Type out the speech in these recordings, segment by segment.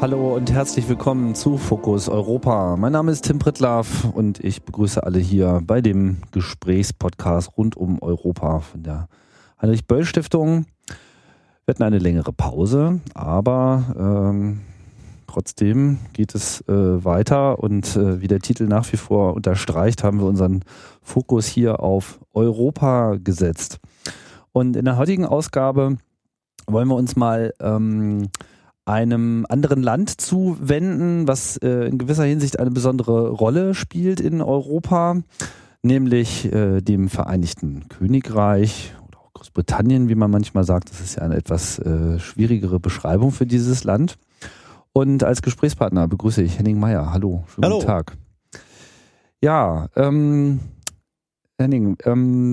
Hallo und herzlich willkommen zu Fokus Europa. Mein Name ist Tim Prittlaff und ich begrüße alle hier bei dem Gesprächspodcast rund um Europa von der Heinrich-Böll-Stiftung. Wir hatten eine längere Pause, aber trotzdem geht es weiter und wie der Titel nach wie vor unterstreicht, haben wir unseren Fokus hier auf Europa gesetzt. Und in der heutigen Ausgabe wollen wir uns mal einem anderen Land zuwenden, was in gewisser Hinsicht eine besondere Rolle spielt in Europa, nämlich dem Vereinigten Königreich oder auch Großbritannien, wie man manchmal sagt. Das ist ja eine etwas schwierigere Beschreibung für dieses Land. Und als Gesprächspartner begrüße ich Henning Meyer. Hallo, schönen guten Tag. Ja, Henning,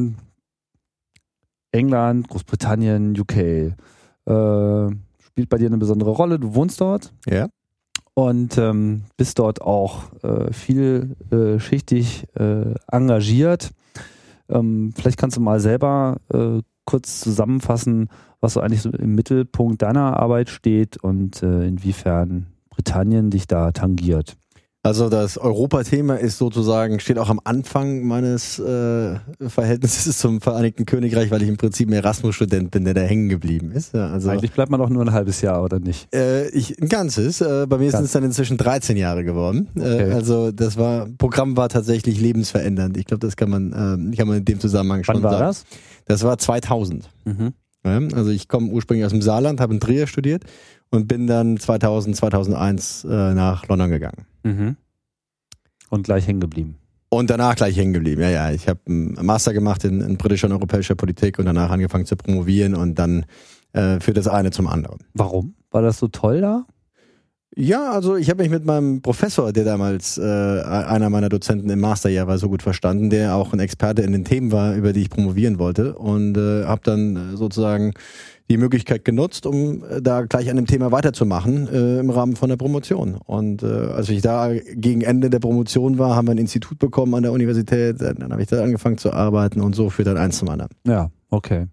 England, Großbritannien, UK, spielt bei dir eine besondere Rolle. Du wohnst dort. Ja. Und bist dort auch vielschichtig engagiert. Vielleicht kannst du mal selber kurz zusammenfassen, was so eigentlich so im Mittelpunkt deiner Arbeit steht und inwiefern Britannien dich da tangiert. Also das Europa-Thema ist sozusagen, steht auch am Anfang meines Verhältnisses zum Vereinigten Königreich, weil ich im Prinzip ein Erasmus-Student bin, der da hängen geblieben ist. Ja, also, eigentlich bleibt man doch nur ein halbes Jahr, oder nicht? Ein ganzes. Bei mir sind es dann inzwischen 13 Jahre geworden. Okay. Also Programm war tatsächlich lebensverändernd. Ich glaube, das kann man in dem Zusammenhang schon sagen. Wann war das? Das war 2000. Mhm. Ja, also ich komme ursprünglich aus dem Saarland, habe in Trier studiert und bin dann 2001 nach London gegangen. Mhm. Und gleich hängen geblieben. Und danach gleich hängen geblieben, ja. Ich habe einen Master gemacht in britischer und europäischer Politik und danach angefangen zu promovieren und dann für das eine zum anderen. Warum? War das so toll da? Ja, also ich habe mich mit meinem Professor, der damals einer meiner Dozenten im Masterjahr war, so gut verstanden, der auch ein Experte in den Themen war, über die ich promovieren wollte und habe dann sozusagen die Möglichkeit genutzt, um da gleich an dem Thema weiterzumachen im Rahmen von der Promotion. Und als ich da gegen Ende der Promotion war, haben wir ein Institut bekommen an der Universität, dann habe ich da angefangen zu arbeiten und so führt dann eins zum anderen. Ja, okay.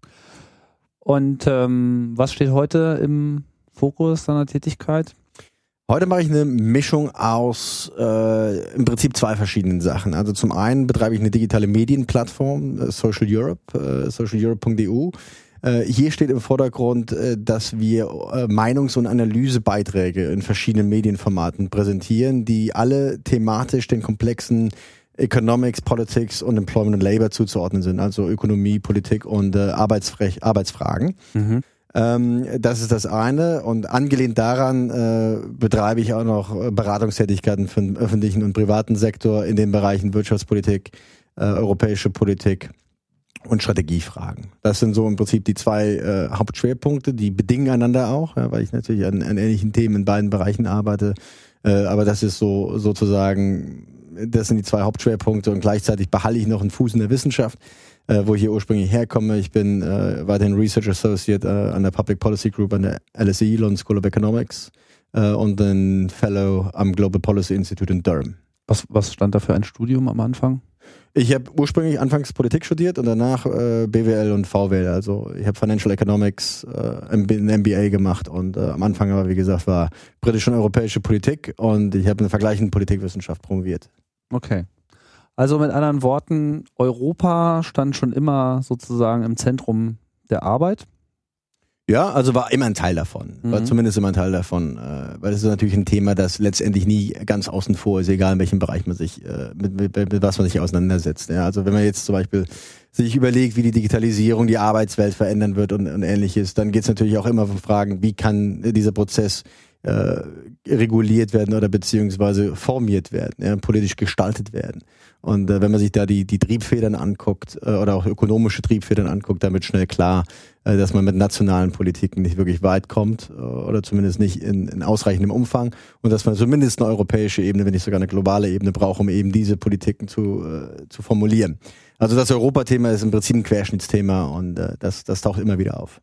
Und was steht heute im Fokus deiner Tätigkeit? Heute mache ich eine Mischung aus im Prinzip zwei verschiedenen Sachen. Also zum einen betreibe ich eine digitale Medienplattform, Social Europe, socialeurope.eu. Hier steht im Vordergrund, dass wir Meinungs- und Analysebeiträge in verschiedenen Medienformaten präsentieren, die alle thematisch den komplexen Economics, Politics und Employment and Labor zuzuordnen sind, also Ökonomie, Politik und Arbeitsfragen. Mhm. Das ist das eine und angelehnt daran betreibe ich auch noch Beratungstätigkeiten für den öffentlichen und privaten Sektor in den Bereichen Wirtschaftspolitik, europäische Politik und Strategiefragen. Das sind so im Prinzip die zwei Hauptschwerpunkte, die bedingen einander auch, ja, weil ich natürlich an ähnlichen Themen in beiden Bereichen arbeite, aber das ist so sozusagen, das sind die zwei Hauptschwerpunkte und gleichzeitig behalte ich noch einen Fuß in der Wissenschaft, wo ich hier ursprünglich herkomme. Ich bin weiterhin Research Associate an der Public Policy Group an der LSE, London School of Economics und ein Fellow am Global Policy Institute in Durham. Was stand da für ein Studium am Anfang? Ich habe ursprünglich anfangs Politik studiert und danach BWL und VWL. Also ich habe Financial Economics, ein MBA gemacht und am Anfang aber, wie gesagt, war britische und europäische Politik und ich habe eine vergleichende Politikwissenschaft promoviert. Okay. Also mit anderen Worten, Europa stand schon immer sozusagen im Zentrum der Arbeit? Ja, also war immer ein Teil davon. War zumindest immer ein Teil davon. Weil es ist natürlich ein Thema, das letztendlich nie ganz außen vor ist, egal in welchem Bereich man sich, mit was man sich auseinandersetzt. Ja, also wenn man jetzt zum Beispiel sich überlegt, wie die Digitalisierung die Arbeitswelt verändern wird und ähnliches, dann geht es natürlich auch immer um Fragen, wie kann dieser Prozess reguliert werden oder beziehungsweise formiert werden, ja, politisch gestaltet werden. Und wenn man sich da die Triebfedern anguckt oder auch ökonomische Triebfedern anguckt, dann wird schnell klar, dass man mit nationalen Politiken nicht wirklich weit kommt oder zumindest nicht in ausreichendem Umfang und dass man zumindest eine europäische Ebene, wenn nicht sogar eine globale Ebene braucht, um eben diese Politiken zu formulieren. Also das Europathema ist im Prinzip ein Querschnittsthema und das taucht immer wieder auf.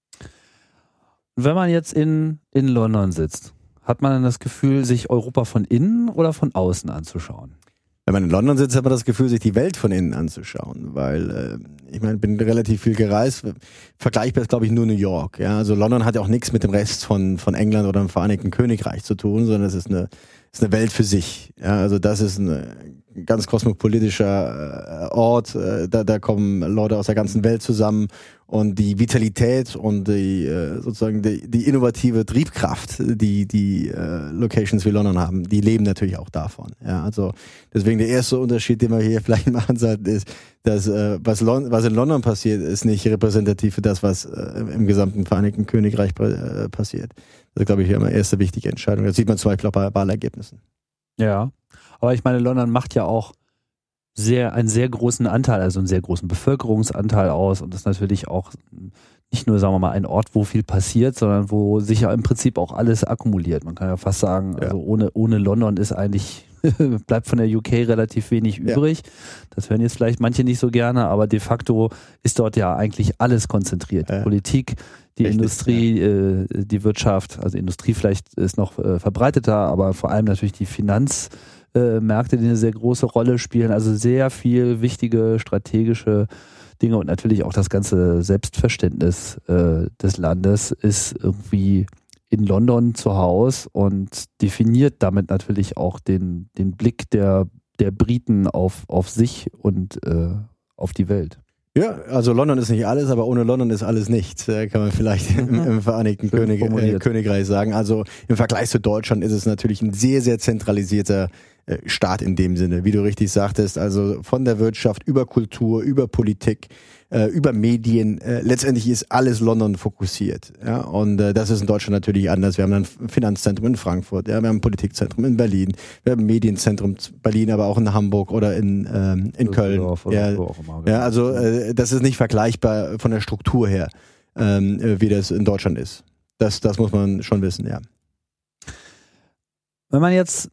Wenn man jetzt in London sitzt, hat man dann das Gefühl, sich Europa von innen oder von außen anzuschauen? Wenn man in London sitzt, hat man das Gefühl, sich die Welt von innen anzuschauen, weil ich meine, bin relativ viel gereist. Vergleichbar ist, glaube ich, nur New York. Ja, also London hat ja auch nichts mit dem Rest von England oder dem Vereinigten Königreich zu tun, sondern es ist eine Welt für sich. Ja, also das ist ein ganz kosmopolitischer Ort. Da kommen Leute aus der ganzen Welt zusammen und die Vitalität und die sozusagen die innovative Triebkraft, die Locations wie London haben, die leben natürlich auch davon. Ja, also deswegen der erste Unterschied, den wir hier vielleicht machen sollten, ist, dass was in London passiert, ist nicht repräsentativ für das, was im gesamten Vereinigten Königreich passiert. Das ist, glaube ich, immer erste wichtige Entscheidung. Das sieht man zum Beispiel auch bei Wahlergebnissen. Ja, aber ich meine, London macht ja auch einen sehr großen Anteil, also einen sehr großen Bevölkerungsanteil aus und das ist natürlich auch nicht nur, sagen wir mal, ein Ort, wo viel passiert, sondern wo sich ja im Prinzip auch alles akkumuliert. Man kann ja fast sagen, also ohne London ist eigentlich, bleibt von der UK relativ wenig übrig. Das hören jetzt vielleicht manche nicht so gerne, aber de facto ist dort ja eigentlich alles konzentriert. Die Politik, die Industrie, die Wirtschaft, also Industrie vielleicht ist noch verbreiteter, aber vor allem natürlich die Finanzmärkte, die eine sehr große Rolle spielen, also sehr viel wichtige strategische Dinge und natürlich auch das ganze Selbstverständnis des Landes ist irgendwie in London zu Hause und definiert damit natürlich auch den Blick der Briten auf sich und auf die Welt. Ja, also London ist nicht alles, aber ohne London ist alles nichts, kann man vielleicht im Vereinigten Königreich sagen. Also im Vergleich zu Deutschland ist es natürlich ein sehr, sehr zentralisierter Staat in dem Sinne, wie du richtig sagtest, also von der Wirtschaft über Kultur, über Politik, über Medien, letztendlich ist alles London fokussiert. Ja? Und das ist in Deutschland natürlich anders. Wir haben ein Finanzzentrum in Frankfurt, ja? Wir haben ein Politikzentrum in Berlin, wir haben ein Medienzentrum in Berlin, aber auch in Hamburg oder in Köln. Ja, wo auch immer, ja, also das ist nicht vergleichbar von der Struktur her, wie das in Deutschland ist. Das muss man schon wissen, ja. Wenn man jetzt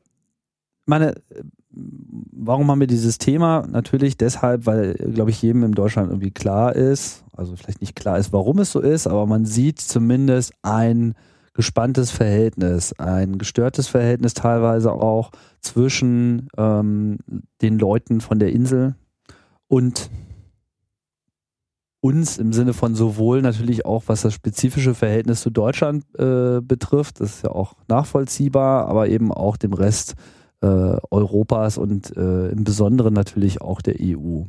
warum haben wir dieses Thema? Natürlich deshalb, weil, glaube ich, jedem in Deutschland irgendwie klar ist, also vielleicht nicht klar ist, warum es so ist, aber man sieht zumindest ein gespanntes Verhältnis, ein gestörtes Verhältnis teilweise auch zwischen den Leuten von der Insel und uns im Sinne von sowohl natürlich auch, was das spezifische Verhältnis zu Deutschland betrifft, das ist ja auch nachvollziehbar, aber eben auch dem Rest Europas und im Besonderen natürlich auch der EU.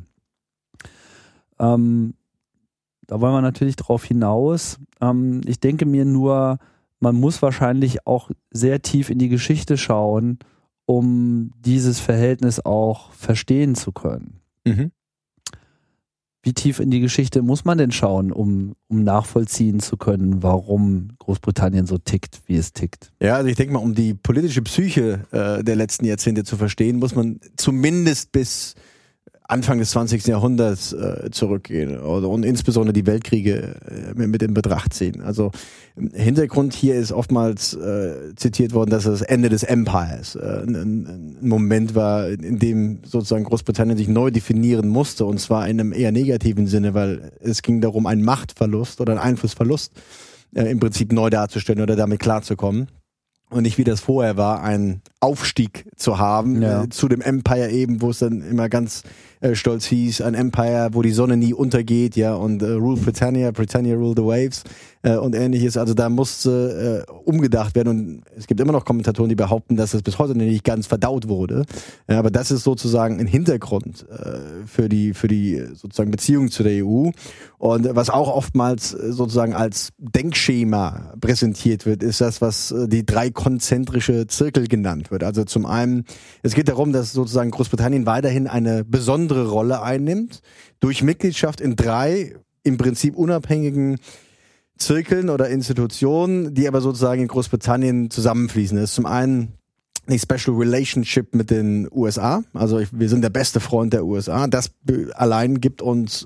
Da wollen wir natürlich drauf hinaus. Ich denke mir nur, man muss wahrscheinlich auch sehr tief in die Geschichte schauen, um dieses Verhältnis auch verstehen zu können. Mhm. Wie tief in die Geschichte muss man denn schauen, um nachvollziehen zu können, warum Großbritannien so tickt, wie es tickt? Ja, also ich denke mal, um die politische Psyche der letzten Jahrzehnte zu verstehen, muss man zumindest bis Anfang des 20. Jahrhunderts zurückgehen und insbesondere die Weltkriege mit in Betracht ziehen. Also Hintergrund hier ist oftmals zitiert worden, dass das Ende des Empires ein Moment war, in dem sozusagen Großbritannien sich neu definieren musste, und zwar in einem eher negativen Sinne, weil es ging darum, einen Machtverlust oder einen Einflussverlust im Prinzip neu darzustellen oder damit klarzukommen. Und nicht wie das vorher war, einen Aufstieg zu haben zu dem Empire eben, wo es dann immer ganz stolz hieß, ein Empire, wo die Sonne nie untergeht, ja, und Rule Britannia rule the waves und ähnliches. Also da musste umgedacht werden, und es gibt immer noch Kommentatoren, die behaupten, dass das bis heute nicht ganz verdaut wurde. Ja, aber das ist sozusagen ein Hintergrund für die sozusagen Beziehung zu der EU. Und was auch oftmals sozusagen als Denkschema präsentiert wird, ist das, was die 3 konzentrische Zirkel genannt wird. Also zum einen, es geht darum, dass sozusagen Großbritannien weiterhin eine besondere Rolle einnimmt, durch Mitgliedschaft in 3 im Prinzip unabhängigen Zirkeln oder Institutionen, die aber sozusagen in Großbritannien zusammenfließen. Das ist zum einen die Special Relationship mit den USA, also wir sind der beste Freund der USA. Das allein gibt uns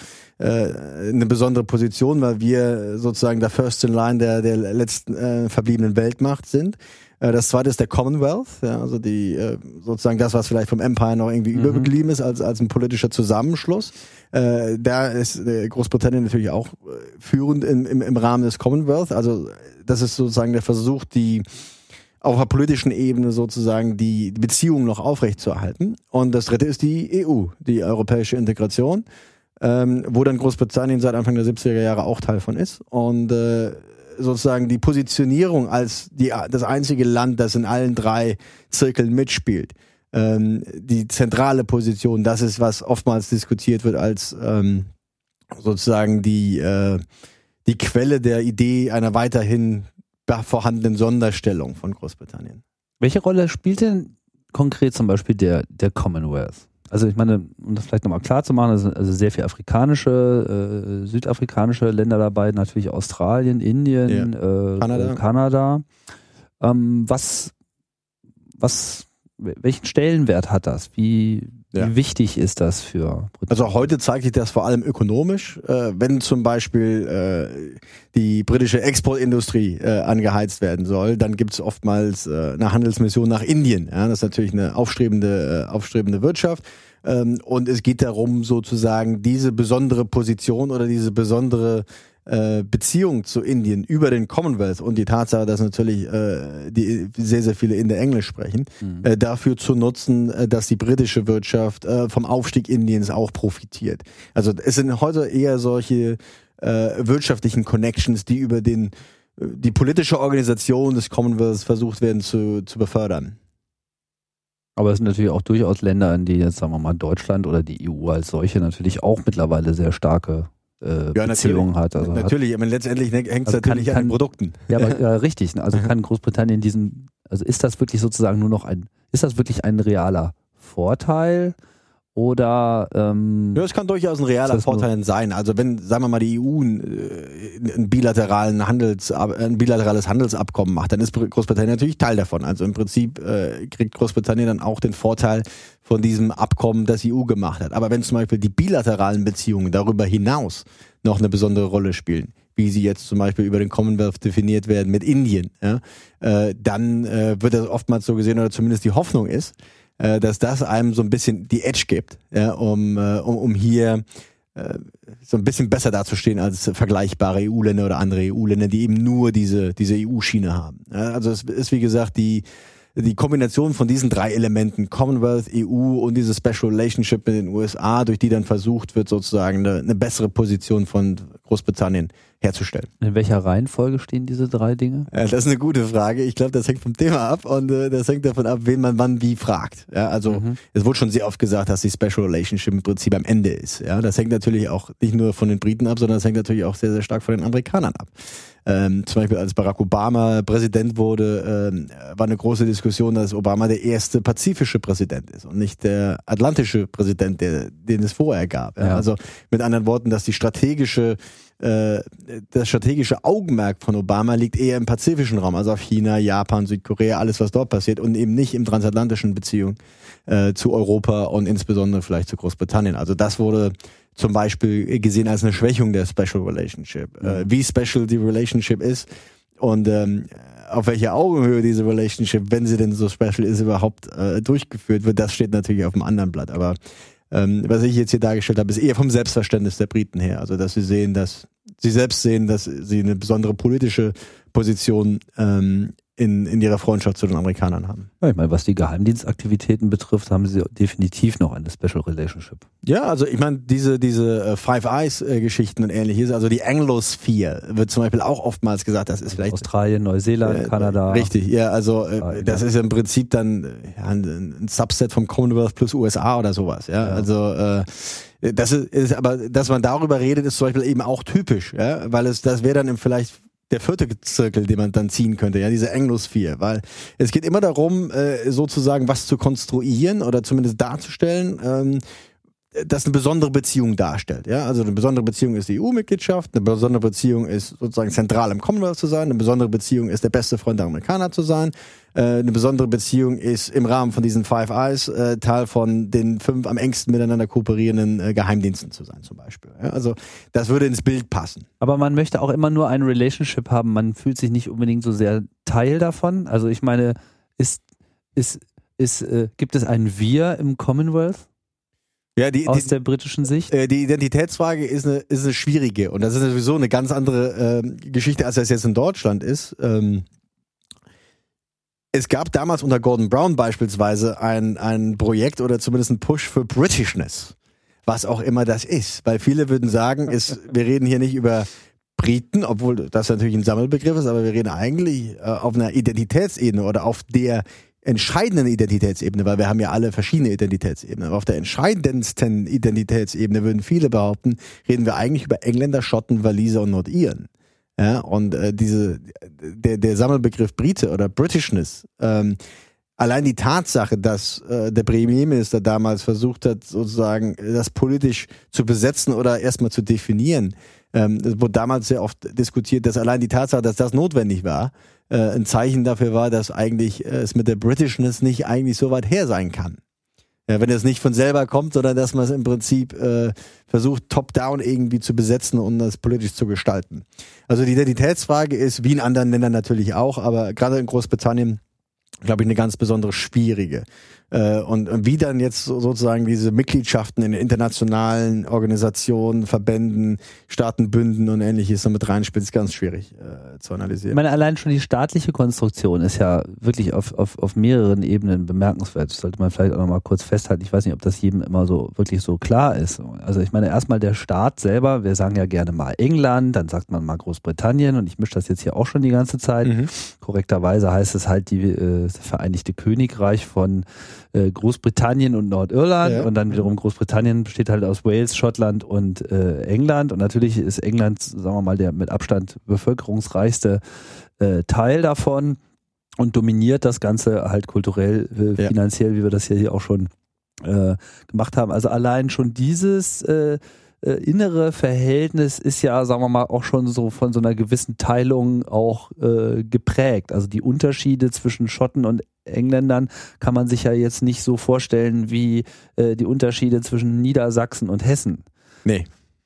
eine besondere Position, weil wir sozusagen der First in Line der letzten verbliebenen Weltmacht sind. Das zweite ist der Commonwealth, ja, also die sozusagen das, was vielleicht vom Empire noch irgendwie übergeblieben ist, als ein politischer Zusammenschluss. Da ist Großbritannien natürlich auch führend im Rahmen des Commonwealth. Also das ist sozusagen der Versuch, die auf der politischen Ebene sozusagen die Beziehungen noch aufrechtzuerhalten. Und das dritte ist die EU, die europäische Integration, wo dann Großbritannien seit Anfang der 70er Jahre auch Teil von ist. Und sozusagen die Positionierung als das einzige Land, das in allen 3 Zirkeln mitspielt. Die zentrale Position, das ist, was oftmals diskutiert wird als sozusagen die Quelle der Idee einer weiterhin vorhandenen Sonderstellung von Großbritannien. Welche Rolle spielt denn konkret zum Beispiel der Commonwealth? Also ich meine, um das vielleicht nochmal klar zu machen, da sind also sehr viele afrikanische, südafrikanische Länder dabei, natürlich Australien, Indien, Kanada. Welchen Stellenwert hat das? Wie wichtig ist das für Britannien? Also heute zeigt sich das vor allem ökonomisch. Wenn zum Beispiel die britische Exportindustrie angeheizt werden soll, dann gibt es oftmals eine Handelsmission nach Indien. Ja, das ist natürlich eine aufstrebende Wirtschaft. Und es geht darum, sozusagen diese besondere Position oder diese besondere Beziehung zu Indien über den Commonwealth und die Tatsache, dass natürlich die sehr, sehr viele Inder Englisch sprechen, dafür zu nutzen, dass die britische Wirtschaft vom Aufstieg Indiens auch profitiert. Also es sind heute eher solche wirtschaftlichen Connections, die über die politische Organisation des Commonwealth versucht werden zu befördern. Aber es sind natürlich auch durchaus Länder, in die jetzt, sagen wir mal, Deutschland oder die EU als solche natürlich auch mittlerweile sehr starke Beziehungen hat. Also natürlich, aber letztendlich hängt es natürlich an den Produkten. Ja, aber richtig. Also kann Großbritannien ist das wirklich sozusagen ist das wirklich ein realer Vorteil? Oder ja, es kann durchaus ein realer Vorteil sein. Also wenn, sagen wir mal, die EU ein bilaterales Handelsabkommen macht, dann ist Großbritannien natürlich Teil davon. Also im Prinzip kriegt Großbritannien dann auch den Vorteil von diesem Abkommen, das die EU gemacht hat. Aber wenn zum Beispiel die bilateralen Beziehungen darüber hinaus noch eine besondere Rolle spielen, wie sie jetzt zum Beispiel über den Commonwealth definiert werden mit Indien, ja, dann wird das oftmals so gesehen, oder zumindest die Hoffnung ist, dass das einem so ein bisschen die Edge gibt, ja, um hier so ein bisschen besser dazustehen als vergleichbare EU-Länder oder andere EU-Länder, die eben nur diese EU-Schiene haben. Ja, also es ist, wie gesagt, die Kombination von diesen 3 Elementen, Commonwealth, EU und diese Special Relationship mit den USA, durch die dann versucht wird, sozusagen eine bessere Position von Großbritannien herzustellen. In welcher Reihenfolge stehen diese 3 Dinge? Ja, das ist eine gute Frage. Ich glaube, das hängt vom Thema ab und das hängt davon ab, wen man wann wie fragt. Ja, also es wurde schon sehr oft gesagt, dass die Special Relationship im Prinzip am Ende ist. Ja, das hängt natürlich auch nicht nur von den Briten ab, sondern das hängt natürlich auch sehr, sehr stark von den Amerikanern ab. Zum Beispiel als Barack Obama Präsident wurde, war eine große Diskussion, dass Obama der erste pazifische Präsident ist und nicht der atlantische Präsident, den es vorher gab. Ja. Also mit anderen Worten, dass das strategische Augenmerk von Obama liegt eher im pazifischen Raum, also auf China, Japan, Südkorea, alles was dort passiert und eben nicht im transatlantischen Beziehung zu Europa und insbesondere vielleicht zu Großbritannien. Also das wurde zum Beispiel gesehen als eine Schwächung der Special Relationship. Wie special die Relationship ist und auf welcher Augenhöhe diese Relationship, wenn sie denn so special ist, überhaupt durchgeführt wird, das steht natürlich auf dem anderen Blatt. Aber was ich jetzt hier dargestellt habe, ist eher vom Selbstverständnis der Briten her. Also dass sie selbst sehen, dass sie eine besondere politische Position in ihrer Freundschaft zu den Amerikanern haben. Ja, ich meine, was die Geheimdienstaktivitäten betrifft, haben sie definitiv noch eine Special Relationship. Ja, also ich meine, diese Five Eyes Geschichten und ähnliches, also die Anglosphere wird zum Beispiel auch oftmals gesagt, das ist vielleicht Australien, Neuseeland, Kanada. Richtig, ja, also das ist im Prinzip dann ein Subset vom Commonwealth plus USA oder sowas, ja. Also das ist aber, dass man darüber redet, ist zum Beispiel eben auch typisch, ja, weil das wäre dann vielleicht der 4. Zirkel, den man dann ziehen könnte, ja, diese Anglosphere, weil es geht immer darum, sozusagen was zu konstruieren oder zumindest darzustellen, das eine besondere Beziehung darstellt. Ja? Also eine besondere Beziehung ist die EU-Mitgliedschaft, eine besondere Beziehung ist sozusagen zentral im Commonwealth zu sein, eine besondere Beziehung ist der beste Freund der Amerikaner zu sein, eine besondere Beziehung ist im Rahmen von diesen Five Eyes Teil von den 5 am engsten miteinander kooperierenden Geheimdiensten zu sein zum Beispiel. Ja? Also das würde ins Bild passen. Aber man möchte auch immer nur eine Relationship haben, man fühlt sich nicht unbedingt so sehr Teil davon. Also ich meine, gibt es ein Wir im Commonwealth? Ja, aus der britischen Sicht? Die Identitätsfrage ist eine schwierige und das ist sowieso eine ganz andere Geschichte, als das jetzt in Deutschland ist. Es gab damals unter Gordon Brown beispielsweise ein Projekt oder zumindest ein Push für Britishness, was auch immer das ist. Weil viele würden sagen, wir reden hier nicht über Briten, obwohl das natürlich ein Sammelbegriff ist, aber wir reden eigentlich auf einer Identitätsebene oder auf der entscheidenden Identitätsebene, weil wir haben ja alle verschiedene Identitätsebenen. Aber auf der entscheidendsten Identitätsebene würden viele behaupten, reden wir eigentlich über Engländer, Schotten, Waliser und Nordiren. Ja, und der Sammelbegriff Brite oder Britishness, allein die Tatsache, dass der Premierminister damals versucht hat, sozusagen das politisch zu besetzen oder erstmal zu definieren, es wurde damals sehr oft diskutiert, dass allein die Tatsache, dass das notwendig war, ein Zeichen dafür war, dass eigentlich es mit der Britishness nicht eigentlich so weit her sein kann. Ja, wenn es nicht von selber kommt, sondern dass man es im Prinzip versucht, top-down irgendwie zu besetzen und das politisch zu gestalten. Also die Identitätsfrage ist, wie in anderen Ländern natürlich auch, aber gerade in Großbritannien, glaube ich, eine ganz besondere schwierige. Und wie dann jetzt sozusagen diese Mitgliedschaften in internationalen Organisationen, Verbänden, Staatenbünden und ähnliches damit reinspielt, ist ganz schwierig zu analysieren. Ich meine, allein schon die staatliche Konstruktion ist ja wirklich auf mehreren Ebenen bemerkenswert. Das sollte man vielleicht auch noch mal kurz festhalten. Ich weiß nicht, ob das jedem immer so wirklich so klar ist. Also ich meine, erstmal der Staat selber, wir sagen ja gerne mal England, dann sagt man mal Großbritannien und ich mische das jetzt hier auch schon die ganze Zeit. Korrekterweise heißt es halt das Vereinigte Königreich von Großbritannien und Nordirland und dann wiederum Großbritannien besteht halt aus Wales, Schottland und England und natürlich ist England, sagen wir mal, der mit Abstand bevölkerungsreichste Teil davon und dominiert das Ganze halt kulturell, finanziell, wie wir das hier auch schon gemacht haben. Also allein schon dieses innere Verhältnis ist ja, sagen wir mal, auch schon so von so einer gewissen Teilung auch geprägt. Also die Unterschiede zwischen Schotten und Engländern kann man sich ja jetzt nicht so vorstellen wie die Unterschiede zwischen Niedersachsen und Hessen. Nee.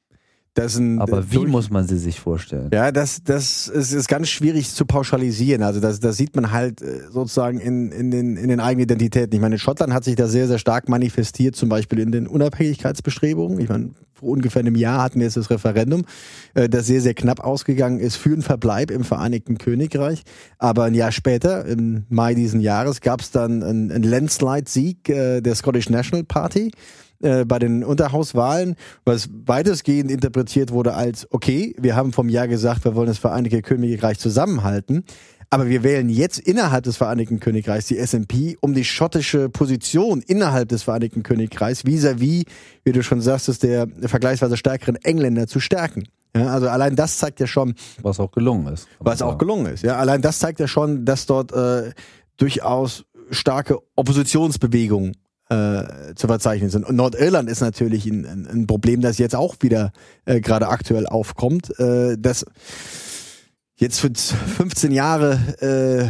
Aber wie muss man sie sich vorstellen? Ja, das ist ganz schwierig zu pauschalisieren. Also das sieht man halt sozusagen in den eigenen Identitäten. Ich meine, in Schottland hat sich das sehr, sehr stark manifestiert, zum Beispiel in den Unabhängigkeitsbestrebungen. Ich meine, vor ungefähr einem Jahr hatten wir jetzt das Referendum, das sehr, sehr knapp ausgegangen ist für einen Verbleib im Vereinigten Königreich. Aber ein Jahr später, im Mai diesen Jahres, gab es dann einen Landslide-Sieg der Scottish National Party bei den Unterhauswahlen, was weitestgehend interpretiert wurde als, okay, wir haben vom Jahr gesagt, wir wollen das Vereinigte Königreich zusammenhalten, aber wir wählen jetzt innerhalb des Vereinigten Königreichs die SNP, um die schottische Position innerhalb des Vereinigten Königreichs vis-à-vis, wie du schon sagst, der vergleichsweise stärkeren Engländer zu stärken. Ja, also allein das zeigt ja schon, was auch gelungen ist. Ja, allein das zeigt ja schon, dass dort durchaus starke Oppositionsbewegungen zu verzeichnen sind. Und Nordirland ist natürlich ein Problem, das jetzt auch wieder gerade aktuell aufkommt, das jetzt für 15 Jahre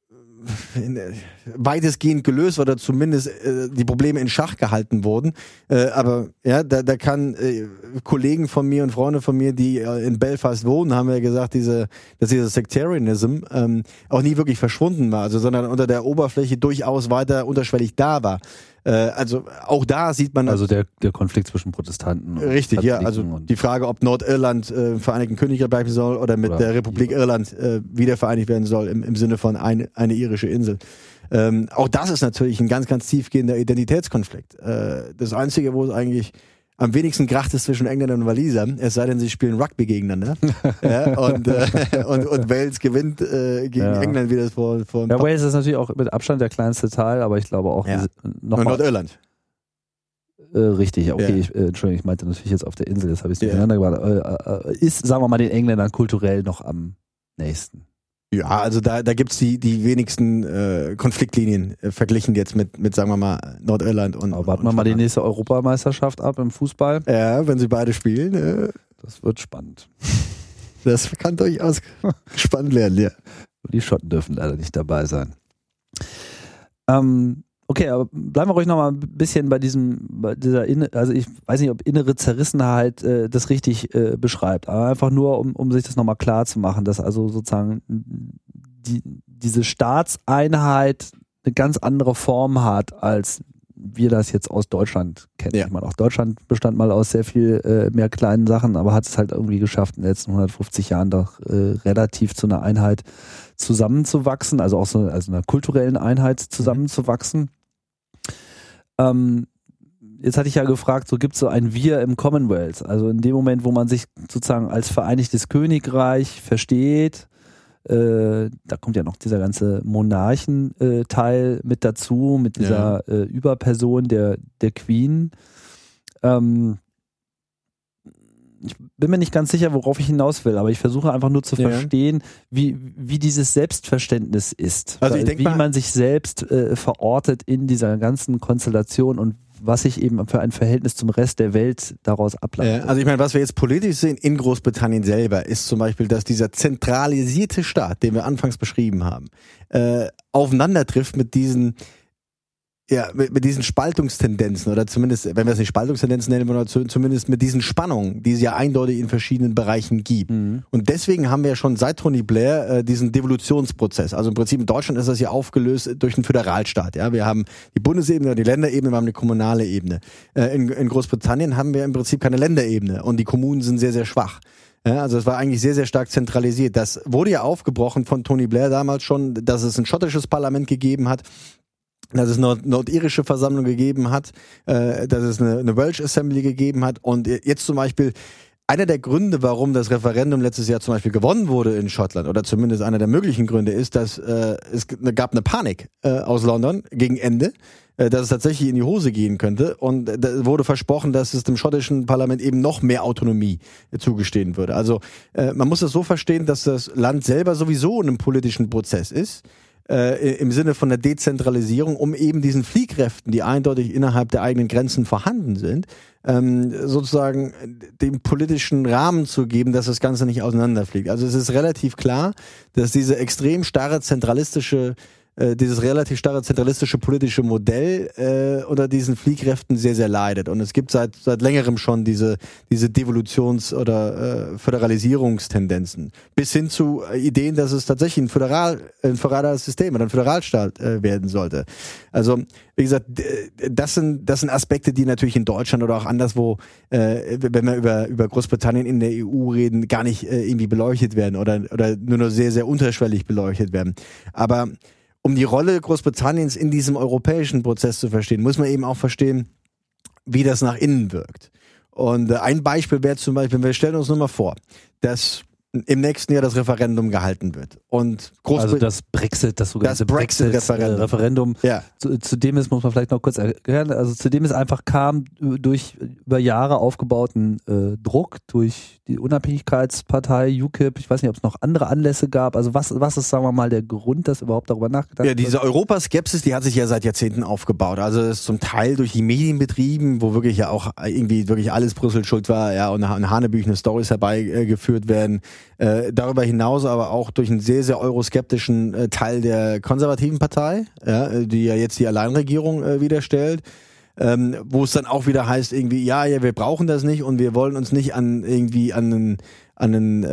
weitestgehend gelöst oder zumindest die Probleme in Schach gehalten wurden. Aber ja, da kann Kollegen von mir und Freunde von mir, die in Belfast wohnen, haben ja gesagt, dass dieser Sectarianism auch nie wirklich verschwunden war, also sondern unter der Oberfläche durchaus weiter unterschwellig da war. Also auch da sieht man... Also der Konflikt zwischen Protestanten und Richtig, Katholiken, ja. Also die Frage, ob Nordirland im Vereinigten Königreich bleiben soll oder mit der Republik Irland wieder vereinigt werden soll im Sinne von eine irische Insel. Auch das ist natürlich ein ganz, ganz tiefgehender Identitätskonflikt. Das Einzige, wo es eigentlich am wenigsten kracht, ist zwischen Engländern und Walisern, es sei denn, sie spielen Rugby gegeneinander. Ja, und Wales gewinnt gegen England, wie das vor ja, Wales ist natürlich auch mit Abstand der kleinste Teil, aber ich glaube auch noch und Nordirland. Richtig, okay, Entschuldigung, ich meinte natürlich jetzt auf der Insel, das habe ich durcheinander gebracht. Ist, sagen wir mal, den Engländern kulturell noch am nächsten. Ja, also da gibt's die wenigsten Konfliktlinien verglichen jetzt mit sagen wir mal Nordirland und. Aber warten wir mal die nächste Europameisterschaft ab im Fußball. Ja, wenn sie beide spielen. Das wird spannend. Das kann durchaus spannend werden, ja. Die Schotten dürfen leider nicht dabei sein. Okay, aber bleiben wir ruhig noch mal ein bisschen bei dieser also ich weiß nicht, ob innere Zerrissenheit das richtig beschreibt, aber einfach nur, um sich das nochmal klar zu machen, dass also sozusagen diese Staatseinheit eine ganz andere Form hat, als wir das jetzt aus Deutschland kennt. Ja. Ich meine, auch Deutschland bestand mal aus sehr viel mehr kleinen Sachen, aber hat es halt irgendwie geschafft, in den letzten 150 Jahren doch relativ zu einer Einheit zusammenzuwachsen, also auch so also einer kulturellen Einheit zusammenzuwachsen. Jetzt hatte ich ja gefragt, so gibt es so ein Wir im Commonwealth, also in dem Moment, wo man sich sozusagen als Vereinigtes Königreich versteht, da kommt ja noch dieser ganze Monarchen-Teil mit dazu, mit dieser Überperson der Queen. Ich bin mir nicht ganz sicher, worauf ich hinaus will, aber ich versuche einfach nur zu verstehen, wie dieses Selbstverständnis ist. Also ich denke wie man sich selbst verortet in dieser ganzen Konstellation und was sich eben für ein Verhältnis zum Rest der Welt daraus ableitet. Also ich meine, was wir jetzt politisch sehen in Großbritannien selber, ist zum Beispiel, dass dieser zentralisierte Staat, den wir anfangs beschrieben haben, aufeinander trifft mit diesen mit diesen Spaltungstendenzen oder zumindest, wenn wir es nicht Spaltungstendenzen nennen, oder zumindest mit diesen Spannungen, die es ja eindeutig in verschiedenen Bereichen gibt. Und deswegen haben wir ja schon seit Tony Blair diesen Devolutionsprozess. Also im Prinzip in Deutschland ist das ja aufgelöst durch einen Föderalstaat. Ja, wir haben die Bundesebene, die Länderebene, wir haben eine kommunale Ebene. In Großbritannien haben wir im Prinzip keine Länderebene und die Kommunen sind sehr, sehr schwach. Ja, also es war eigentlich sehr, sehr stark zentralisiert. Das wurde ja aufgebrochen von Tony Blair damals schon, dass es ein schottisches Parlament gegeben hat, dass es eine nordirische Versammlung gegeben hat, dass es eine Welsh Assembly gegeben hat und jetzt zum Beispiel einer der Gründe, warum das Referendum letztes Jahr zum Beispiel gewonnen wurde in Schottland oder zumindest einer der möglichen Gründe ist, dass es gab eine Panik aus London gegen Ende, dass es tatsächlich in die Hose gehen könnte und da wurde versprochen, dass es dem schottischen Parlament eben noch mehr Autonomie zugestehen würde. Also man muss das so verstehen, dass das Land selber sowieso in einem politischen Prozess ist, im Sinne von der Dezentralisierung, um eben diesen Fliehkräften, die eindeutig innerhalb der eigenen Grenzen vorhanden sind, sozusagen den politischen Rahmen zu geben, dass das Ganze nicht auseinanderfliegt. Also es ist relativ klar, dass dieses relativ starre zentralistische politische Modell unter diesen Fliehkräften sehr, sehr leidet. Und es gibt seit längerem schon diese Devolutions- oder Föderalisierungstendenzen. Bis hin zu Ideen, dass es tatsächlich ein föderales System oder ein Föderalstaat werden sollte. Also, wie gesagt, das sind Aspekte, die natürlich in Deutschland oder auch anderswo, wenn wir über Großbritannien in der EU reden, gar nicht irgendwie beleuchtet werden oder nur noch sehr, sehr unterschwellig beleuchtet werden. Aber um die Rolle Großbritanniens in diesem europäischen Prozess zu verstehen, muss man eben auch verstehen, wie das nach innen wirkt. Und ein Beispiel wäre zum Beispiel, wir stellen uns nur mal vor, dass im nächsten Jahr das Referendum gehalten wird. Und also das sogenannte Brexit-Referendum. Ja. Zu dem es, muss man vielleicht noch kurz erklären, also zu dem es einfach kam durch über Jahre aufgebauten Druck durch die Unabhängigkeitspartei UKIP. Ich weiß nicht, ob es noch andere Anlässe gab. Also was ist, sagen wir mal, der Grund, dass überhaupt darüber nachgedacht wird? Ja, diese Europaskepsis, die hat sich ja seit Jahrzehnten aufgebaut. Also das ist zum Teil durch die Medien betrieben, wo wirklich ja auch irgendwie wirklich alles Brüssel schuld war, ja, und hanebüchene Storys herbeigeführt werden. Darüber hinaus aber auch durch einen sehr, sehr euroskeptischen Teil der konservativen Partei, ja, die ja jetzt die Alleinregierung wieder stellt, wo es dann auch wieder heißt irgendwie, ja, wir brauchen das nicht und wir wollen uns nicht an einen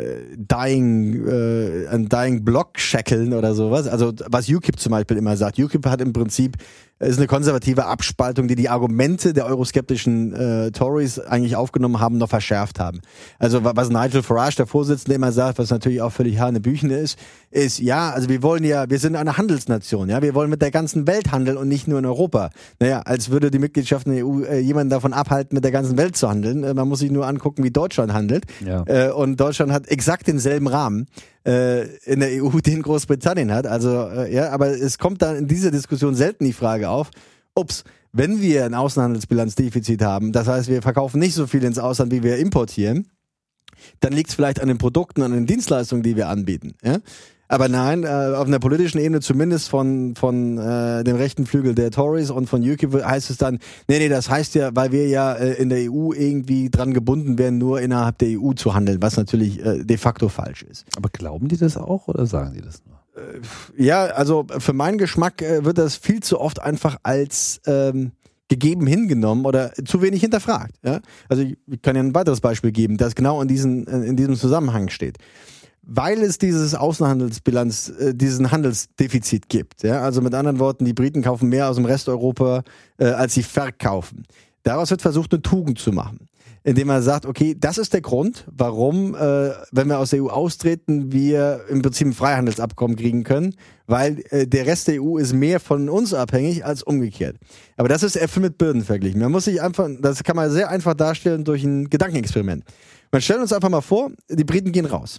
dying Block shackeln oder sowas. Also was UKIP zum Beispiel immer sagt. UKIP hat im Prinzip, ist eine konservative Abspaltung, die Argumente der euroskeptischen Tories eigentlich aufgenommen haben, noch verschärft haben. Also was Nigel Farage, der Vorsitzende, immer sagt, was natürlich auch völlig hanebüchene ist, ja, also wir sind eine Handelsnation, ja, wir wollen mit der ganzen Welt handeln und nicht nur in Europa. Naja, als würde die Mitgliedschaft in der EU jemanden davon abhalten, mit der ganzen Welt zu handeln. Man muss sich nur angucken, wie Deutschland handelt. Ja. Und Deutschland hat exakt denselben Rahmen in der EU, den Großbritannien hat. Also aber es kommt dann in dieser Diskussion selten die Frage auf, wenn wir ein Außenhandelsbilanzdefizit haben, das heißt, wir verkaufen nicht so viel ins Ausland, wie wir importieren, dann liegt es vielleicht an den Produkten, an den Dienstleistungen, die wir anbieten. Ja? Aber nein, auf einer politischen Ebene, zumindest von dem rechten Flügel der Tories und von UKIP, heißt es dann, nee, das heißt ja, weil wir ja in der EU irgendwie dran gebunden werden, nur innerhalb der EU zu handeln, was natürlich de facto falsch ist. Aber glauben die das auch oder sagen die das nur? Ja, also für meinen Geschmack wird das viel zu oft einfach als gegeben hingenommen oder zu wenig hinterfragt. Ja? Also ich kann ja ein weiteres Beispiel geben, das genau in diesem Zusammenhang steht. Weil es dieses Außenhandelsbilanz, diesen Handelsdefizit gibt. Ja? Also mit anderen Worten, die Briten kaufen mehr aus dem Rest Europa, als sie verkaufen. Daraus wird versucht, eine Tugend zu machen. Indem man sagt, okay, das ist der Grund, warum, wenn wir aus der EU austreten, wir im Prinzip ein Freihandelsabkommen kriegen können, weil der Rest der EU ist mehr von uns abhängig als umgekehrt. Aber das ist Äpfel mit Birnen verglichen. Man muss sich einfach, das kann man sehr einfach darstellen durch ein Gedankenexperiment. Man stellt uns einfach mal vor, die Briten gehen raus.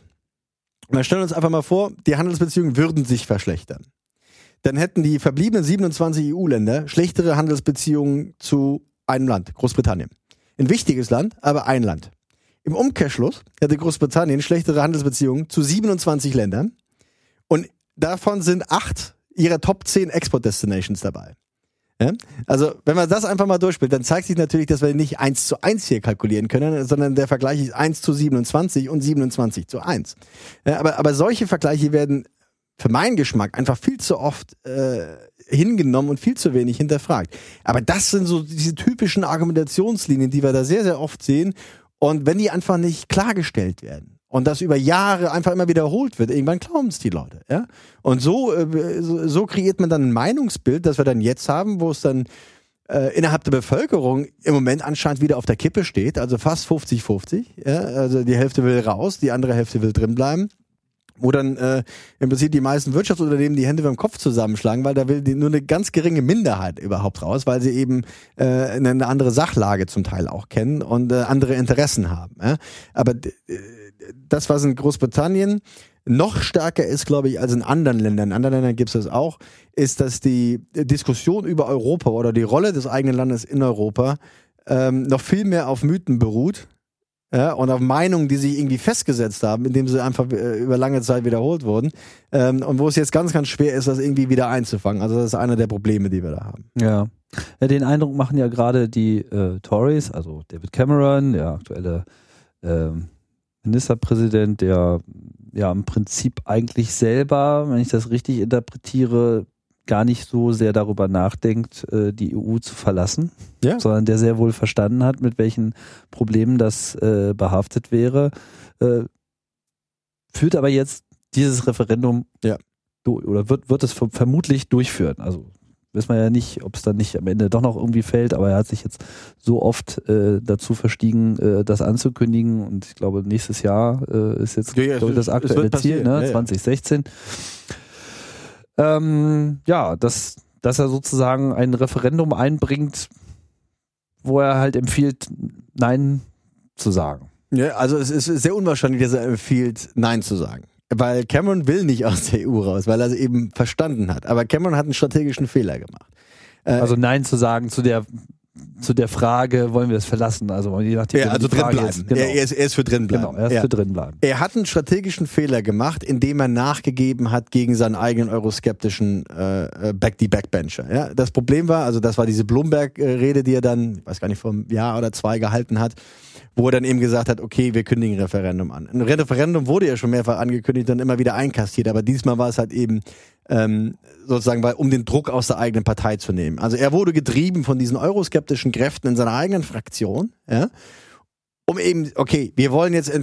Man stellt uns einfach mal vor, die Handelsbeziehungen würden sich verschlechtern. Dann hätten die verbliebenen 27 EU-Länder schlechtere Handelsbeziehungen zu einem Land, Großbritannien. Ein wichtiges Land, aber ein Land. Im Umkehrschluss hätte Großbritannien schlechtere Handelsbeziehungen zu 27 Ländern und davon sind 8 ihrer Top 10 Export-Destinations dabei. Ja? Also, wenn man das einfach mal durchspielt, dann zeigt sich natürlich, dass wir nicht 1:1 hier kalkulieren können, sondern der Vergleich ist 1:27 und 27:1. Ja, aber solche Vergleiche werden für meinen Geschmack einfach viel zu oft hingenommen und viel zu wenig hinterfragt. Aber das sind so diese typischen Argumentationslinien, die wir da sehr, sehr oft sehen. Und wenn die einfach nicht klargestellt werden und das über Jahre einfach immer wiederholt wird, irgendwann glauben es die Leute. Ja? Und so kreiert man dann ein Meinungsbild, das wir dann jetzt haben, wo es dann innerhalb der Bevölkerung im Moment anscheinend wieder auf der Kippe steht, also fast 50-50. Ja? Also die Hälfte will raus, die andere Hälfte will drin bleiben. Wo dann im Prinzip die meisten Wirtschaftsunternehmen die Hände beim Kopf zusammenschlagen, weil da will nur eine ganz geringe Minderheit überhaupt raus, weil sie eben eine andere Sachlage zum Teil auch kennen und andere Interessen haben. Ja? Aber das, was in Großbritannien noch stärker ist, glaube ich, als in anderen Ländern, gibt es das auch, ist, dass die Diskussion über Europa oder die Rolle des eigenen Landes in Europa noch viel mehr auf Mythen beruht. Ja, und auf Meinungen, die sich irgendwie festgesetzt haben, indem sie einfach über lange Zeit wiederholt wurden. Und wo es jetzt ganz, ganz schwer ist, das irgendwie wieder einzufangen. Also das ist einer der Probleme, die wir da haben. Ja, den Eindruck machen ja gerade die Tories, also David Cameron, der aktuelle Ministerpräsident, der ja im Prinzip eigentlich selber, wenn ich das richtig interpretiere, gar nicht so sehr darüber nachdenkt, die EU zu verlassen, sondern der sehr wohl verstanden hat, mit welchen Problemen das behaftet wäre, führt aber jetzt dieses Referendum oder wird es vermutlich durchführen. Also wissen wir ja nicht, ob es dann nicht am Ende doch noch irgendwie fällt, aber er hat sich jetzt so oft dazu verstiegen, das anzukündigen und ich glaube, nächstes Jahr ist jetzt das aktuelle Ziel, ne? 2016. Dass er sozusagen ein Referendum einbringt, wo er halt empfiehlt, Nein zu sagen. Ja, also es ist sehr unwahrscheinlich, dass er empfiehlt, Nein zu sagen. Weil Cameron will nicht aus der EU raus, weil er es eben verstanden hat. Aber Cameron hat einen strategischen Fehler gemacht. Also Nein zu sagen zu der Frage, wollen wir es verlassen? Also je nachdem, ja, also drin bleiben. Ist, genau. Er ist für drin bleiben. Genau, er ist für drin bleiben. Er hat einen strategischen Fehler gemacht, indem er nachgegeben hat gegen seinen eigenen euroskeptischen Backbencher. Ja? Das Problem war, also das war diese Bloomberg-Rede, die er dann, ich weiß gar nicht, vor einem Jahr oder 2 gehalten hat, wo er dann eben gesagt hat, okay, wir kündigen Referendum an. Ein Referendum wurde ja schon mehrfach angekündigt und immer wieder einkassiert, aber diesmal war es halt eben sozusagen, um den Druck aus der eigenen Partei zu nehmen. Also er wurde getrieben von diesen euroskeptischen Kräften in seiner eigenen Fraktion, ja, um eben, okay, wir wollen jetzt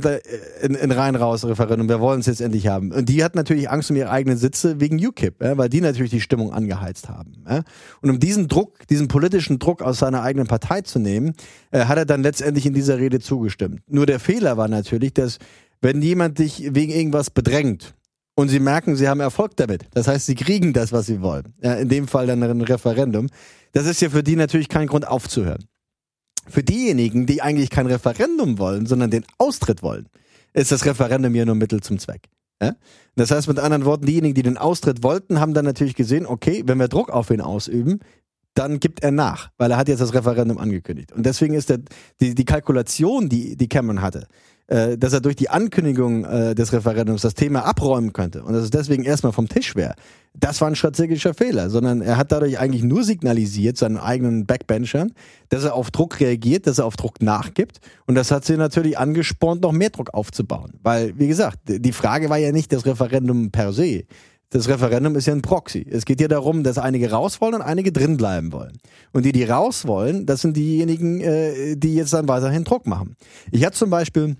in Rein-Raus-Referendum, wir wollen es jetzt endlich haben. Und die hat natürlich Angst um ihre eigenen Sitze wegen UKIP, ja, weil die natürlich die Stimmung angeheizt haben. Ja. Und um diesen politischen Druck aus seiner eigenen Partei zu nehmen, hat er dann letztendlich in dieser Rede zugestimmt. Nur der Fehler war natürlich, dass wenn jemand dich wegen irgendwas bedrängt, und sie merken, sie haben Erfolg damit. Das heißt, sie kriegen das, was sie wollen. Ja, in dem Fall dann ein Referendum. Das ist ja für die natürlich kein Grund aufzuhören. Für diejenigen, die eigentlich kein Referendum wollen, sondern den Austritt wollen, ist das Referendum ja nur Mittel zum Zweck. Ja? Das heißt mit anderen Worten, diejenigen, die den Austritt wollten, haben dann natürlich gesehen, okay, wenn wir Druck auf ihn ausüben, dann gibt er nach, weil er hat jetzt das Referendum angekündigt. Und deswegen ist die Kalkulation, die Cameron hatte, dass er durch die Ankündigung des Referendums das Thema abräumen könnte und dass es deswegen erstmal vom Tisch wäre, das war ein strategischer Fehler, sondern er hat dadurch eigentlich nur signalisiert, seinen eigenen Backbenchern, dass er auf Druck reagiert, dass er auf Druck nachgibt und das hat sie natürlich angespornt, noch mehr Druck aufzubauen. Weil, wie gesagt, die Frage war ja nicht das Referendum per se. Das Referendum ist ja ein Proxy. Es geht ja darum, dass einige raus wollen und einige drin bleiben wollen. Und die raus wollen, das sind diejenigen, die jetzt dann weiterhin Druck machen. Ich hatte zum Beispiel,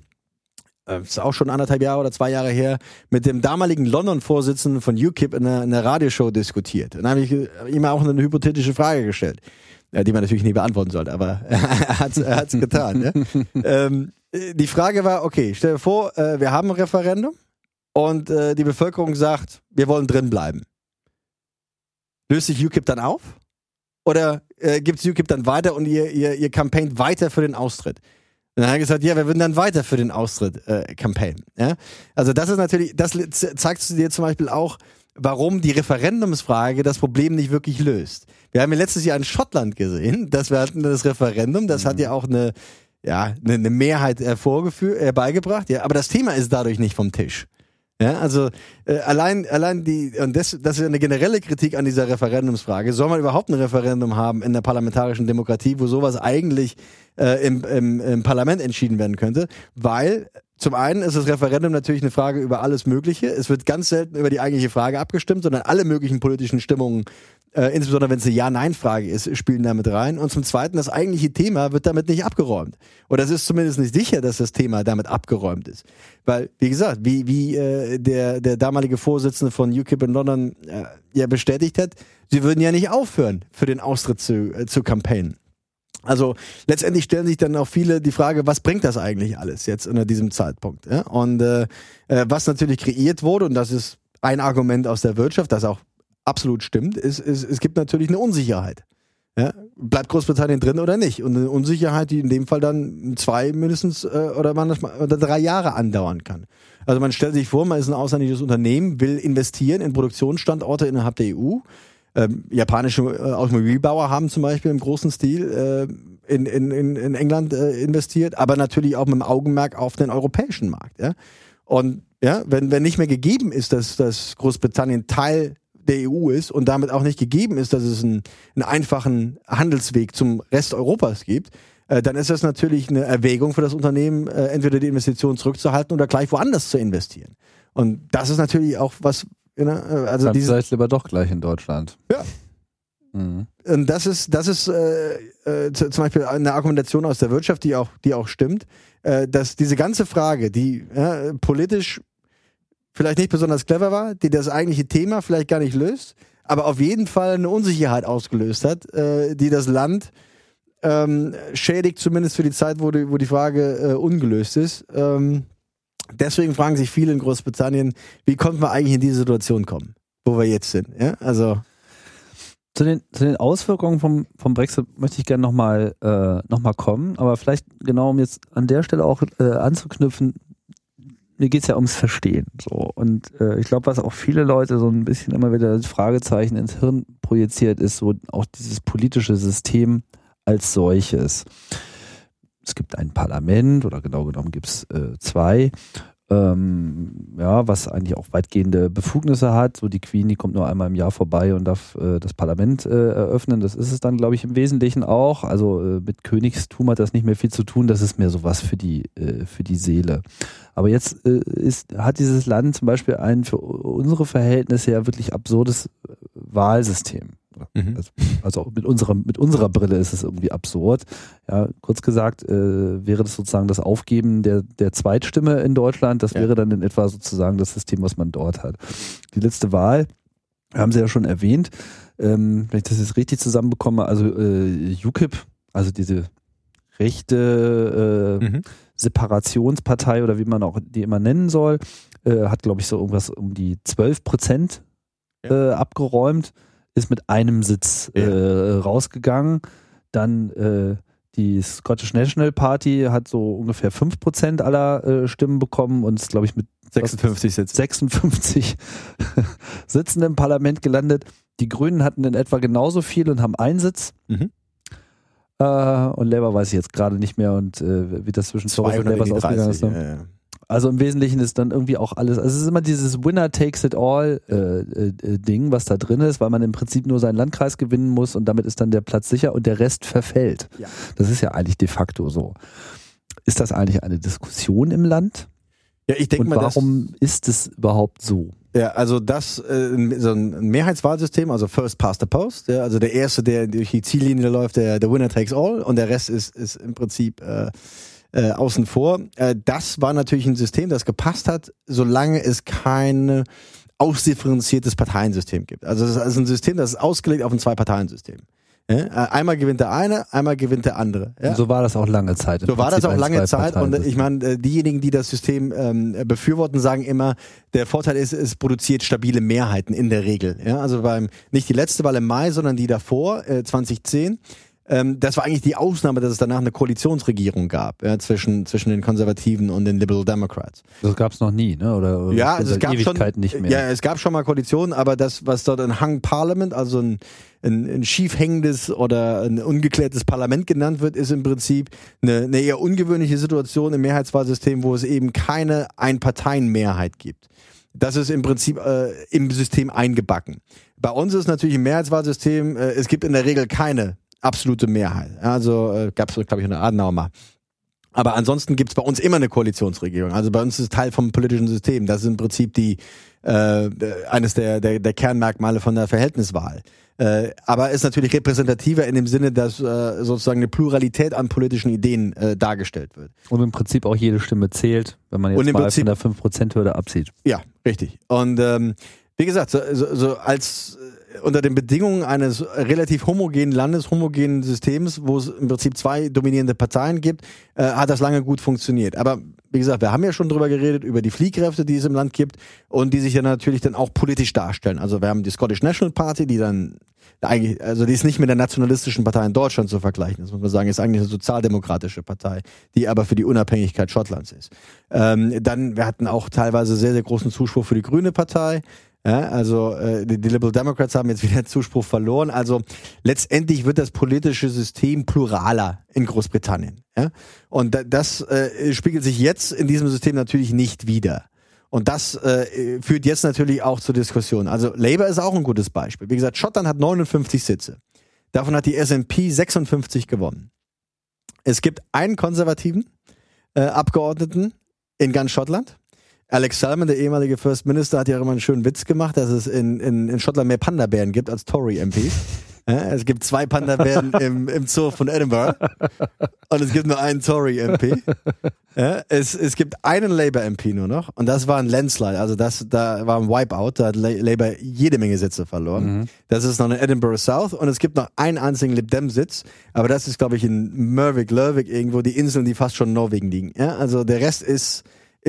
das ist auch schon 1,5 Jahre oder 2 Jahre her, mit dem damaligen London-Vorsitzenden von UKIP in einer Radioshow diskutiert. Und da habe ich ihm auch eine hypothetische Frage gestellt. die man natürlich nie beantworten sollte, aber er hat's getan. Ja? Die Frage war, okay, stell dir vor, wir haben ein Referendum und die Bevölkerung sagt, wir wollen drin bleiben. Löst sich UKIP dann auf? Oder gibt es UKIP dann weiter und ihr campaignt weiter für den Austritt? Und dann hat er gesagt, ja, wir würden dann weiter für den Austritt campaignen. Ja? Also das ist natürlich, das zeigt dir zum Beispiel auch, warum die Referendumsfrage das Problem nicht wirklich löst. Wir haben ja letztes Jahr in Schottland gesehen, dass wir hatten das Referendum, das hat ja auch eine Mehrheit herbeigebracht, ja, aber das Thema ist dadurch nicht vom Tisch. Ja, also allein das ist ja eine generelle Kritik an dieser Referendumsfrage. Soll man überhaupt ein Referendum haben in der parlamentarischen Demokratie, wo sowas eigentlich im Parlament entschieden werden könnte? Weil zum einen ist das Referendum natürlich eine Frage über alles Mögliche. Es wird ganz selten über die eigentliche Frage abgestimmt, sondern alle möglichen politischen Stimmungen, insbesondere wenn es eine Ja-Nein-Frage ist, spielen damit rein. Und zum Zweiten, das eigentliche Thema wird damit nicht abgeräumt. Oder es ist zumindest nicht sicher, dass das Thema damit abgeräumt ist. Weil, wie gesagt, wie der damalige Vorsitzende von UKIP in London ja bestätigt hat, sie würden ja nicht aufhören, für den Austritt zu campaignen. Also letztendlich stellen sich dann auch viele die Frage, was bringt das eigentlich alles jetzt unter diesem Zeitpunkt? Ja? Und was natürlich kreiert wurde, und das ist ein Argument aus der Wirtschaft, das auch absolut stimmt, es gibt natürlich eine Unsicherheit. Ja? Bleibt Großbritannien drin oder nicht? Und eine Unsicherheit, die in dem Fall dann 2 mindestens oder 3 Jahre andauern kann. Also man stellt sich vor, man ist ein ausländisches Unternehmen, will investieren in Produktionsstandorte innerhalb der EU. Japanische Automobilbauer haben zum Beispiel im großen Stil in England investiert, aber natürlich auch mit dem Augenmerk auf den europäischen Markt. Ja? Und ja, wenn nicht mehr gegeben ist, dass Großbritannien Teil der EU ist und damit auch nicht gegeben ist, dass es einen einfachen Handelsweg zum Rest Europas gibt, dann ist das natürlich eine Erwägung für das Unternehmen, entweder die Investitionen zurückzuhalten oder gleich woanders zu investieren. Und das ist natürlich auch was. Also vielleicht lieber doch gleich in Deutschland. Ja. Mhm. Und das ist zum Beispiel eine Argumentation aus der Wirtschaft, die auch stimmt, dass diese ganze Frage, die politisch vielleicht nicht besonders clever war, die das eigentliche Thema vielleicht gar nicht löst, aber auf jeden Fall eine Unsicherheit ausgelöst hat, die das Land schädigt, zumindest für die Zeit, wo die Frage ungelöst ist. Deswegen fragen sich viele in Großbritannien, wie konnten wir eigentlich in diese Situation kommen, wo wir jetzt sind. Ja? Also zu den Auswirkungen vom Brexit möchte ich gerne noch mal kommen, aber vielleicht genau, um jetzt an der Stelle auch anzuknüpfen, mir geht es ja ums Verstehen. So. Und ich glaube, was auch viele Leute so ein bisschen immer wieder das Fragezeichen ins Hirn projiziert, ist so auch dieses politische System als solches. Es gibt ein Parlament, oder genau genommen gibt es 2, was eigentlich auch weitgehende Befugnisse hat. So die Queen, die kommt nur einmal im Jahr vorbei und darf das Parlament eröffnen. Das ist es dann, glaube ich, im Wesentlichen auch. Also mit Königstum hat das nicht mehr viel zu tun. Das ist mehr sowas für die Seele. Aber jetzt hat dieses Land zum Beispiel ein für unsere Verhältnisse ja wirklich absurdes Wahlsystem. Also mit unserer Brille ist es irgendwie absurd. Ja, kurz gesagt wäre das sozusagen das Aufgeben der Zweitstimme in Deutschland. Das wäre dann in etwa sozusagen das System, was man dort hat. Die letzte Wahl, haben Sie ja schon erwähnt, wenn ich das jetzt richtig zusammenbekomme, also UKIP, also diese rechte Separationspartei oder wie man auch die immer nennen soll, hat, glaube ich, so irgendwas um die 12% abgeräumt. Ist mit einem Sitz rausgegangen. Dann die Scottish National Party hat so ungefähr 5% aller Stimmen bekommen und ist, glaube ich, mit 56 Sitzen im Parlament gelandet. Die Grünen hatten in etwa genauso viel und haben einen Sitz. Und Labour weiß ich jetzt gerade nicht mehr und wie das zwischen Tories und Labour ausgegangen ist. Ne? Ja. Also im Wesentlichen ist dann irgendwie auch alles, also es ist immer dieses Winner takes it all Ding, was da drin ist, weil man im Prinzip nur seinen Landkreis gewinnen muss und damit ist dann der Platz sicher und der Rest verfällt. Ja. Das ist ja eigentlich de facto so. Ist das eigentlich eine Diskussion im Land? Ja, ich denke mal, warum ist es überhaupt so? Ja, also so ein Mehrheitswahlsystem, also First Past the Post, ja, also der Erste, der durch die Ziellinie läuft, der Winner takes all und der Rest ist im Prinzip außen vor. Das war natürlich ein System, das gepasst hat, solange es kein ausdifferenziertes Parteiensystem gibt. Also es ist ein System, das ist ausgelegt auf ein 2-Parteien-System. Einmal gewinnt der eine, einmal gewinnt der andere. Ja? Und so war das auch lange Zeit. So war das auch lange Zeit. Und ich meine, diejenigen, die das System befürworten, sagen immer, der Vorteil ist, es produziert stabile Mehrheiten in der Regel. Ja? Also nicht die letzte Wahl im Mai, sondern die davor, 2010. Das war eigentlich die Ausnahme, dass es danach eine Koalitionsregierung gab, zwischen den Konservativen und den Liberal Democrats. Das gab es noch nie, ne? Oder ja, also es gab Ewigkeit schon, nicht mehr. Ja, es gab schon mal Koalitionen, aber das, was dort ein Hung Parliament, also ein schief hängendes oder ein ungeklärtes Parlament genannt wird, ist im Prinzip eine eher ungewöhnliche Situation im Mehrheitswahlsystem, wo es eben keine Einparteienmehrheit gibt. Das ist im Prinzip im System eingebacken. Bei uns ist natürlich im Mehrheitswahlsystem, es gibt in der Regel keine absolute Mehrheit. Also gab es, glaube ich, eine Adenauer mal. Aber ansonsten gibt es bei uns immer eine Koalitionsregierung. Also bei uns ist es Teil vom politischen System. Das ist im Prinzip eines der Kernmerkmale von der Verhältniswahl. Aber ist natürlich repräsentativer in dem Sinne, dass sozusagen eine Pluralität an politischen Ideen dargestellt wird. Und im Prinzip auch jede Stimme zählt, wenn man jetzt mal von der 5%-Hürde absieht. Ja, richtig. Und wie gesagt, so als unter den Bedingungen eines relativ homogenen Landes, homogenen Systems, wo es im Prinzip zwei dominierende Parteien gibt, hat das lange gut funktioniert. Aber wie gesagt, wir haben ja schon drüber geredet, über die Fliehkräfte, die es im Land gibt und die sich ja natürlich dann auch politisch darstellen. Also wir haben die Scottish National Party, die dann eigentlich, also die ist nicht mit der nationalistischen Partei in Deutschland zu vergleichen. Das muss man sagen, ist eigentlich eine sozialdemokratische Partei, die aber für die Unabhängigkeit Schottlands ist. Wir hatten auch teilweise sehr, sehr großen Zuspruch für die Grüne Partei. Ja, also die Liberal Democrats haben jetzt wieder Zuspruch verloren. Also letztendlich wird das politische System pluraler in Großbritannien. Ja? Und das spiegelt sich jetzt in diesem System natürlich nicht wider. Und das führt jetzt natürlich auch zur Diskussion. Also Labour ist auch ein gutes Beispiel. Wie gesagt, Schottland hat 59 Sitze. Davon hat die SNP 56 gewonnen. Es gibt einen konservativen Abgeordneten in ganz Schottland. Alex Salmond, der ehemalige First Minister, hat ja immer einen schönen Witz gemacht, dass es in Schottland mehr Panda-Bären gibt als Tory-MPs. Ja, es gibt 2 Panda-Bären im Zoo von Edinburgh und es gibt nur einen Tory-MP. Ja, es gibt einen Labour-MP nur noch und das war ein Landslide, also da war ein Wipeout, da hat Labour jede Menge Sitze verloren. Mhm. Das ist noch in Edinburgh South und es gibt noch einen einzigen Lib Dem-Sitz, aber das ist, glaube ich, in Lerwick irgendwo, die Inseln, die fast schon in Norwegen liegen. Ja, also der Rest ist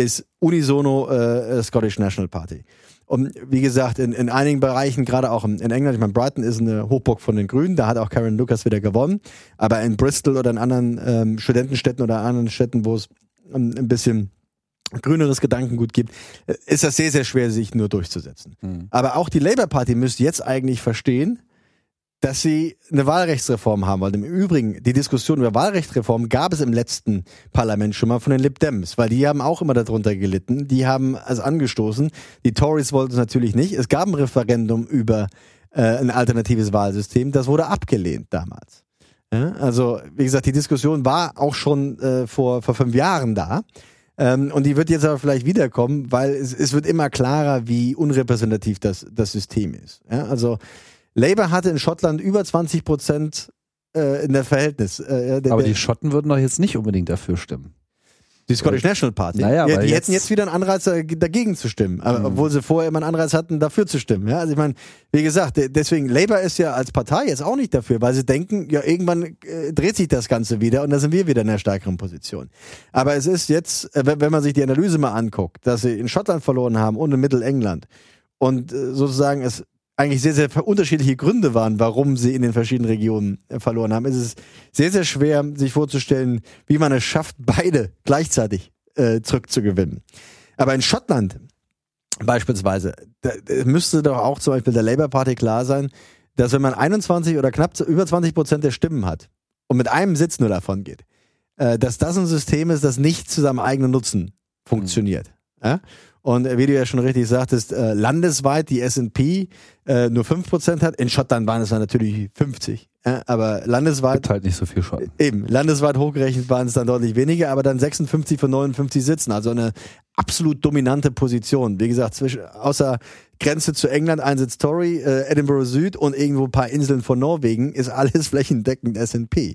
unisono Scottish National Party. Und wie gesagt, in einigen Bereichen, gerade auch in England, ich meine, Brighton ist eine Hochburg von den Grünen, da hat auch Karen Lucas wieder gewonnen, aber in Bristol oder in anderen Studentenstädten oder anderen Städten, wo es ein bisschen grüneres Gedankengut gibt, ist das sehr, sehr schwer, sich nur durchzusetzen. Mhm. Aber auch die Labour Party müsste jetzt eigentlich verstehen, dass sie eine Wahlrechtsreform haben wollen. Im Übrigen, die Diskussion über Wahlrechtsreform gab es im letzten Parlament schon mal von den Lib Dems, weil die haben auch immer darunter gelitten. Die haben es angestoßen. Die Tories wollten es natürlich nicht. Es gab ein Referendum über ein alternatives Wahlsystem. Das wurde abgelehnt damals. Ja, also, wie gesagt, die Diskussion war auch schon vor 5 Jahren da. Und die wird jetzt aber vielleicht wiederkommen, weil es wird immer klarer, wie unrepräsentativ das System ist. Ja, also Labour hatte in Schottland über 20% in der Verhältnis. Aber die Schotten würden doch jetzt nicht unbedingt dafür stimmen. Die Scottish National Party. Naja, ja, die hätten jetzt wieder einen Anreiz dagegen zu stimmen, aber obwohl sie vorher immer einen Anreiz hatten, dafür zu stimmen. Ja, also ich meine, wie gesagt, deswegen Labour ist ja als Partei jetzt auch nicht dafür, weil sie denken, ja irgendwann dreht sich das Ganze wieder und da sind wir wieder in einer stärkeren Position. Aber es ist jetzt, wenn man sich die Analyse mal anguckt, dass sie in Schottland verloren haben und in Mittelengland und sozusagen es eigentlich sehr, sehr unterschiedliche Gründe waren, warum sie in den verschiedenen Regionen verloren haben. Es ist sehr, sehr schwer, sich vorzustellen, wie man es schafft, beide gleichzeitig zurückzugewinnen. Aber in Schottland beispielsweise, da müsste doch auch zum Beispiel der Labour Party klar sein, dass wenn man 21 oder knapp über 20% der Stimmen hat und mit einem Sitz nur davon geht, dass das ein System ist, das nicht zu seinem eigenen Nutzen funktioniert. Ja? Und wie du ja schon richtig sagtest, landesweit die SNP nur 5% hat. In Schottland waren es dann natürlich 50. Aber landesweit... Gibt halt nicht so viel Schotten. Eben, landesweit hochgerechnet waren es dann deutlich weniger, aber dann 56 von 59 Sitzen. Also eine absolut dominante Position. Wie gesagt, außer Grenze zu England, ein Sitz Tory, Edinburgh Süd und irgendwo ein paar Inseln von Norwegen ist alles flächendeckend SNP.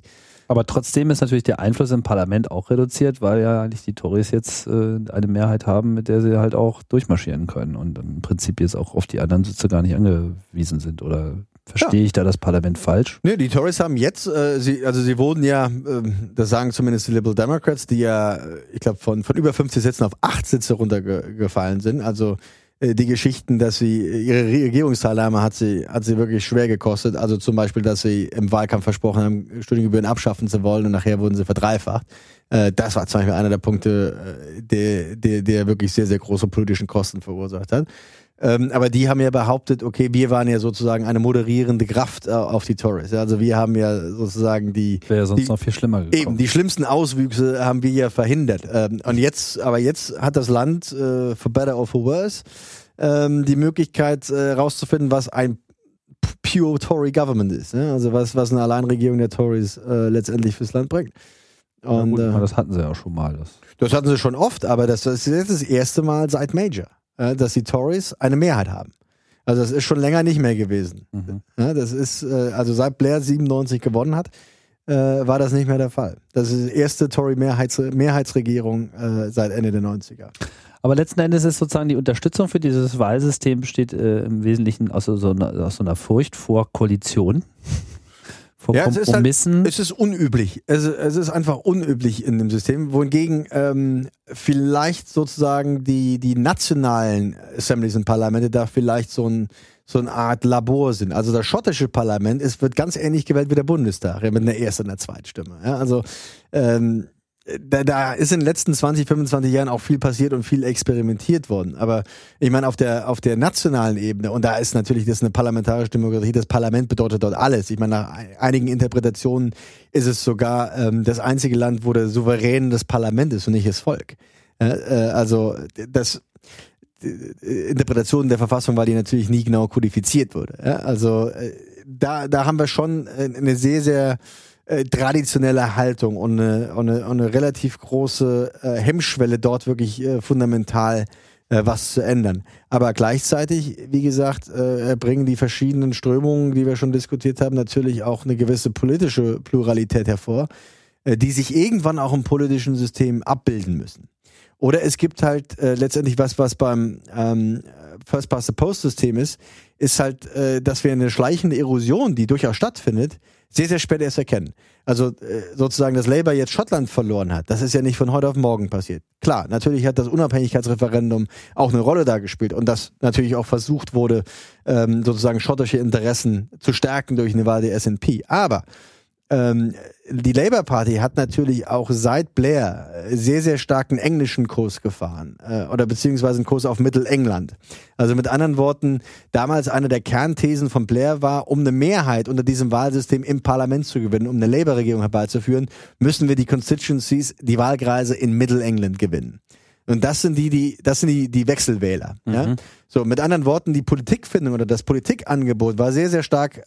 Aber trotzdem ist natürlich der Einfluss im Parlament auch reduziert, weil ja eigentlich die Tories jetzt eine Mehrheit haben, mit der sie halt auch durchmarschieren können und im Prinzip jetzt auch auf die anderen Sitze gar nicht angewiesen sind. Oder verstehe ich da das Parlament falsch? Nee, die Tories haben jetzt, sie wurden ja, das sagen zumindest die Liberal Democrats, die ja, ich glaube, von über 50 Sitzen auf 8 Sitze runtergefallen sind. Also die Geschichten, dass sie ihre Regierungsteilnahme hat sie wirklich schwer gekostet. Also zum Beispiel, dass sie im Wahlkampf versprochen haben, Studiengebühren abschaffen zu wollen und nachher wurden sie verdreifacht. Das war zum Beispiel einer der Punkte, der wirklich sehr, sehr große politischen Kosten verursacht hat. Aber die haben ja behauptet, okay, wir waren ja sozusagen eine moderierende Kraft auf die Tories. Also wir haben ja sozusagen wäre ja sonst noch viel schlimmer gekommen. Eben, die schlimmsten Auswüchse haben wir ja verhindert. Und jetzt hat das Land, for better or for worse, die Möglichkeit rauszufinden, was ein pure Tory Government ist. Ne? Also was eine Alleinregierung der Tories letztendlich fürs Land bringt. Und, gut, das hatten sie ja schon mal. Das hatten sie schon oft, aber das ist jetzt das erste Mal seit Major, dass die Tories eine Mehrheit haben. Also das ist schon länger nicht mehr gewesen. Mhm. Ja, das ist, also seit Blair 97 gewonnen hat, war das nicht mehr der Fall. Das ist die erste Tory-Mehrheitsregierung seit Ende der 90er. Aber letzten Endes ist sozusagen die Unterstützung für dieses Wahlsystem besteht im Wesentlichen aus so einer Furcht vor Koalition. Ja, es ist unüblich. Es ist einfach unüblich in dem System, wohingegen vielleicht sozusagen die nationalen Assemblies und Parlamente da vielleicht so eine Art Labor sind. Also das schottische Parlament wird ganz ähnlich gewählt wie der Bundestag, ja, mit einer Erst- und einer Zweitstimme. Ja, also da ist in den letzten 20, 25 Jahren auch viel passiert und viel experimentiert worden. Aber ich meine, auf der nationalen Ebene, und da ist natürlich das eine parlamentarische Demokratie, das Parlament bedeutet dort alles. Ich meine, nach einigen Interpretationen ist es sogar das einzige Land, wo der Souverän das Parlament ist und nicht das Volk. Also das Interpretation der Verfassung, weil die natürlich nie genau kodifiziert wurde. Ja? Also da haben wir schon eine sehr, sehr traditionelle Haltung und eine relativ große Hemmschwelle, dort wirklich fundamental was zu ändern. Aber gleichzeitig, wie gesagt, bringen die verschiedenen Strömungen, die wir schon diskutiert haben, natürlich auch eine gewisse politische Pluralität hervor, die sich irgendwann auch im politischen System abbilden müssen. Oder es gibt halt letztendlich was beim First-Past-the-Post-System ist halt, dass wir eine schleichende Erosion, die durchaus stattfindet, sehr, sehr spät erst erkennen. Also sozusagen, dass Labour jetzt Schottland verloren hat, das ist ja nicht von heute auf morgen passiert. Klar, natürlich hat das Unabhängigkeitsreferendum auch eine Rolle da gespielt und dass natürlich auch versucht wurde, sozusagen schottische Interessen zu stärken durch eine Wahl der SNP. Aber die Labour Party hat natürlich auch seit Blair sehr, sehr starken englischen Kurs gefahren oder beziehungsweise einen Kurs auf Mittelengland. Also mit anderen Worten, damals eine der Kernthesen von Blair war, um eine Mehrheit unter diesem Wahlsystem im Parlament zu gewinnen, um eine Labour-Regierung herbeizuführen, müssen wir die Constituencies, die Wahlkreise in Mittelengland gewinnen. Und das sind die Wechselwähler. Mhm. Ja? So, mit anderen Worten, die Politikfindung oder das Politikangebot war sehr, sehr stark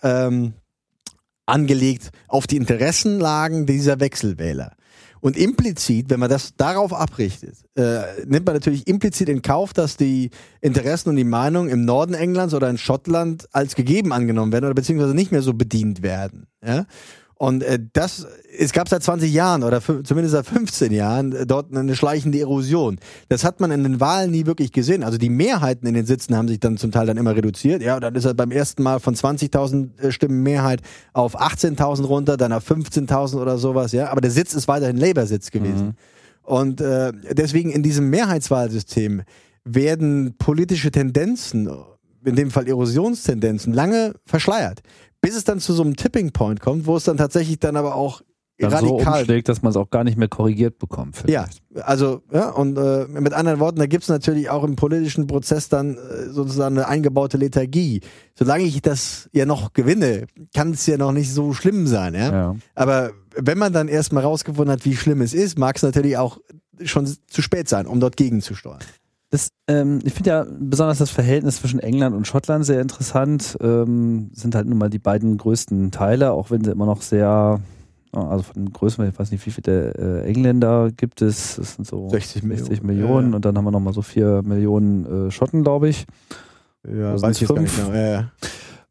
angelegt auf die Interessenlagen dieser Wechselwähler. Und implizit, wenn man das darauf abrichtet, nimmt man natürlich implizit in Kauf, dass die Interessen und die Meinungen im Norden Englands oder in Schottland als gegeben angenommen werden oder beziehungsweise nicht mehr so bedient werden. Ja? Und es gab seit 20 Jahren oder zumindest seit 15 Jahren dort eine schleichende Erosion. Das hat man in den Wahlen nie wirklich gesehen. Also die Mehrheiten in den Sitzen haben sich dann zum Teil dann immer reduziert. Ja, dann ist er beim ersten Mal von 20.000 Stimmen Mehrheit auf 18.000 runter, dann auf 15.000 oder sowas. Ja, aber der Sitz ist weiterhin Labour-Sitz gewesen. Mhm. Und deswegen in diesem Mehrheitswahlsystem werden politische Tendenzen, in dem Fall Erosionstendenzen, lange verschleiert. Bis es dann zu so einem Tipping Point kommt, wo es dann tatsächlich dann aber auch dann radikal so umschlägt, dass man es auch gar nicht mehr korrigiert bekommt. Vielleicht. Ja, also und mit anderen Worten, da gibt es natürlich auch im politischen Prozess dann sozusagen eine eingebaute Lethargie. Solange ich das ja noch gewinne, kann es ja noch nicht so schlimm sein. Ja? Aber wenn man dann erstmal rausgefunden hat, wie schlimm es ist, mag es natürlich auch schon zu spät sein, um dort gegenzusteuern. Ich finde ja besonders das Verhältnis zwischen England und Schottland sehr interessant. Sind halt nun mal die beiden größten Teile, auch wenn sie immer noch sehr, also von den Größen, ich weiß nicht, wie viele Engländer gibt es. Das sind so 60 Millionen. Und dann haben wir nochmal so 4 Millionen Schotten, glaube ich. Ja, weiß ich jetzt gar nicht genau.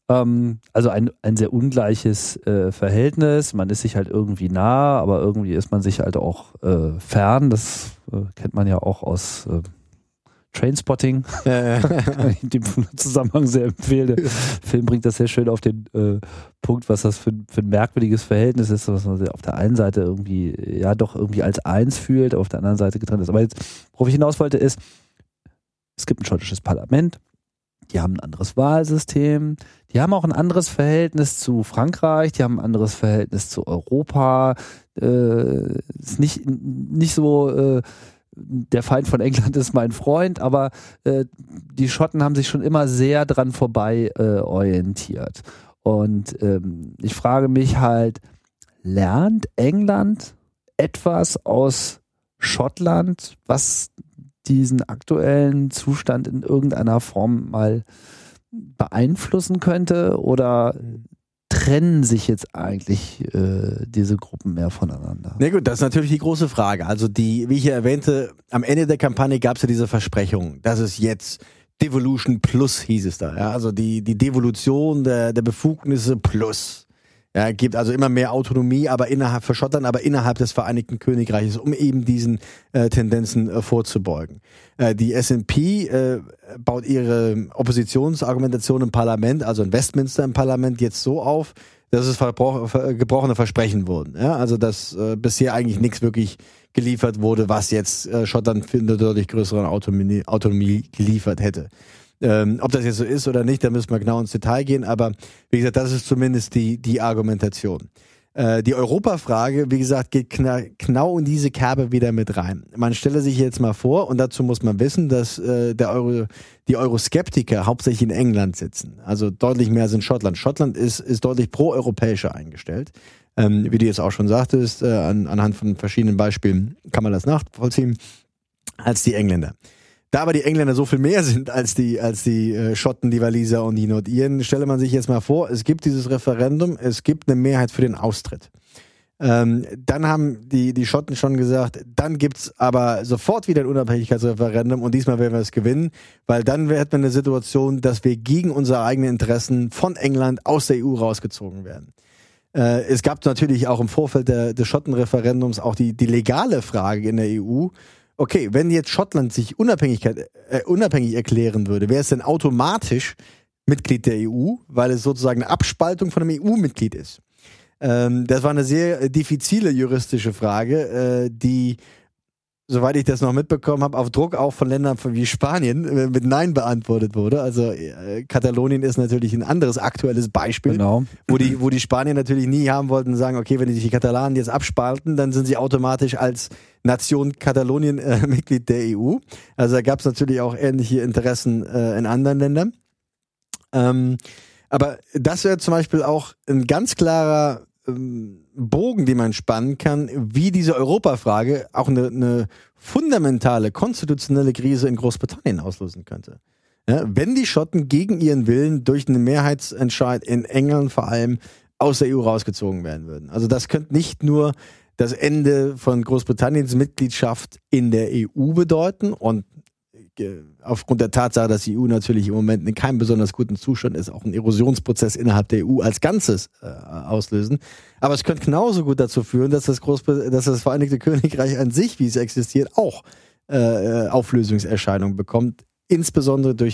Also ein sehr ungleiches Verhältnis. Man ist sich halt irgendwie nah, aber irgendwie ist man sich halt auch fern. Das kennt man ja auch aus Trainspotting. Kann ich in dem Zusammenhang sehr empfehlen. Der Film bringt das sehr schön auf den Punkt, was das für ein merkwürdiges Verhältnis ist, was man auf der einen Seite irgendwie ja doch irgendwie als eins fühlt, auf der anderen Seite getrennt ist. Aber jetzt, worauf ich hinaus wollte, ist, es gibt ein schottisches Parlament, die haben ein anderes Wahlsystem, die haben auch ein anderes Verhältnis zu Frankreich, die haben ein anderes Verhältnis zu Europa. Ist nicht so der Feind von England ist mein Freund, aber die Schotten haben sich schon immer sehr dran vorbei orientiert. Und ich frage mich halt, lernt England etwas aus Schottland, was diesen aktuellen Zustand in irgendeiner Form mal beeinflussen könnte, oder trennen sich jetzt eigentlich diese Gruppen mehr voneinander? Na gut, das ist natürlich die große Frage. Also wie ich ja erwähnte, am Ende der Kampagne gab es ja diese Versprechung, dass es jetzt Devolution Plus hieß es da. Ja? Also die Devolution der Befugnisse Plus. Ja, gibt also immer mehr Autonomie, aber für Schottland, aber innerhalb des Vereinigten Königreiches, um eben diesen Tendenzen vorzubeugen. Die SNP baut ihre Oppositionsargumentation im Parlament, also in Westminster im Parlament, jetzt so auf, dass es gebrochene Versprechen wurden. Ja, also dass bisher eigentlich nichts wirklich geliefert wurde, was jetzt Schottland für eine deutlich größere Autonomie geliefert hätte. Ob das jetzt so ist oder nicht, da müssen wir genau ins Detail gehen, aber wie gesagt, das ist zumindest die Argumentation. Die Europafrage, wie gesagt, geht genau in diese Kerbe wieder mit rein. Man stelle sich jetzt mal vor, und dazu muss man wissen, dass die Euroskeptiker hauptsächlich in England sitzen, also deutlich mehr als in Schottland. Schottland ist deutlich pro-europäischer eingestellt. Wie du jetzt auch schon sagtest, anhand von verschiedenen Beispielen kann man das nachvollziehen, als die Engländer. Da aber die Engländer so viel mehr sind als die Schotten, die Waliser und die Nordiren, stelle man sich jetzt mal vor, es gibt dieses Referendum, es gibt eine Mehrheit für den Austritt. Dann haben die Schotten schon gesagt, dann gibt's aber sofort wieder ein Unabhängigkeitsreferendum und diesmal werden wir es gewinnen, weil dann hätten wir eine Situation, dass wir gegen unsere eigenen Interessen von England aus der EU rausgezogen werden. Es gab natürlich auch im Vorfeld des Schottenreferendums auch die legale Frage in der EU. Okay, wenn jetzt Schottland sich unabhängig erklären würde, wäre es denn automatisch Mitglied der EU, weil es sozusagen eine Abspaltung von einem EU-Mitglied ist. Das war eine sehr diffizile juristische Frage, die, soweit ich das noch mitbekommen habe, auf Druck auch von Ländern wie Spanien mit Nein beantwortet wurde. Also Katalonien ist natürlich ein anderes aktuelles Beispiel, genau, wo die Spanier natürlich nie haben wollten, sagen, okay, wenn die Katalanen jetzt abspalten, dann sind sie automatisch als Nation Katalonien Mitglied der EU. Also da gab es natürlich auch ähnliche Interessen in anderen Ländern. Aber das wäre zum Beispiel auch ein ganz klarer Bogen, den man spannen kann, wie diese Europafrage auch eine fundamentale konstitutionelle Krise in Großbritannien auslösen könnte. Ja, wenn die Schotten gegen ihren Willen durch einen Mehrheitsentscheid in England vor allem aus der EU rausgezogen werden würden. Also das könnte nicht nur das Ende von Großbritanniens Mitgliedschaft in der EU bedeuten und aufgrund der Tatsache, dass die EU natürlich im Moment in keinem besonders guten Zustand ist, auch einen Erosionsprozess innerhalb der EU als Ganzes auslösen. Aber es könnte genauso gut dazu führen, dass das Vereinigte Königreich an sich, wie es existiert, auch Auflösungserscheinungen bekommt, insbesondere durch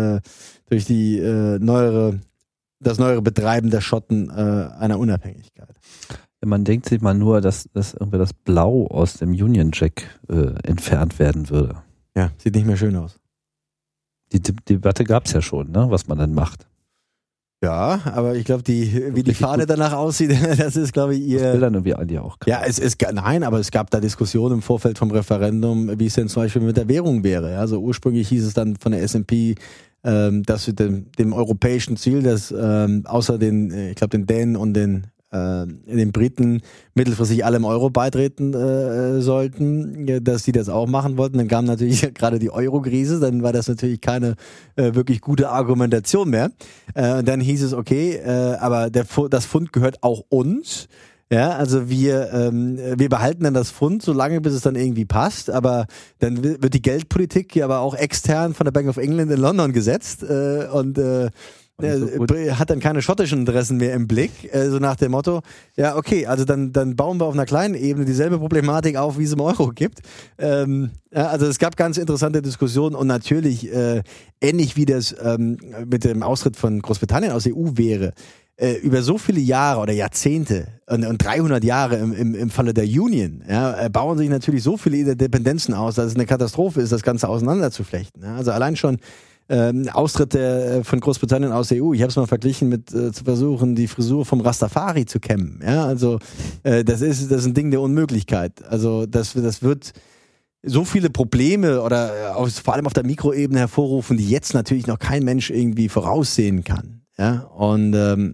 das neuere Betreiben der Schotten einer Unabhängigkeit. Man denkt sich mal nur, dass irgendwie das Blau aus dem Union Jack entfernt werden würde. Ja, sieht nicht mehr schön aus. Die Debatte gab es ja schon, ne, was man dann macht. Ja, aber ich glaube, wie die Fahne danach aussieht, das ist, glaube ich, ihr... Das will dann irgendwie alle auch. Ja, aber es gab da Diskussionen im Vorfeld vom Referendum, wie es denn zum Beispiel mit der Währung wäre. Also ursprünglich hieß es dann von der SNP, dass wir dem europäischen Ziel, dass außer den Dänen und den Briten mittelfristig alle im Euro beitreten sollten, dass die das auch machen wollten. Dann kam natürlich gerade die Euro-Krise, dann war das natürlich keine wirklich gute Argumentation mehr. Dann hieß es, okay, aber das Pfund gehört auch uns. Ja, also wir behalten dann das Pfund, solange bis es dann irgendwie passt, aber dann wird die Geldpolitik ja aber auch extern von der Bank of England in London gesetzt und hat dann keine schottischen Interessen mehr im Blick, so nach dem Motto, ja okay, also dann bauen wir auf einer kleinen Ebene dieselbe Problematik auf, wie es im Euro gibt. Also es gab ganz interessante Diskussionen und natürlich ähnlich wie das mit dem Austritt von Großbritannien aus der EU wäre, über so viele Jahre oder Jahrzehnte und 300 Jahre im Falle der Union, bauen sich natürlich so viele Dependenzen aus, dass es eine Katastrophe ist, das Ganze auseinanderzuflechten. Ja? Also allein schon Austritt von Großbritannien aus der EU. Ich habe es mal verglichen mit zu versuchen, die Frisur vom Rastafari zu kämmen. Ja, also das ist ein Ding der Unmöglichkeit. Also das wird so viele Probleme oder vor allem auf der Mikroebene hervorrufen, die jetzt natürlich noch kein Mensch irgendwie voraussehen kann. Ja, und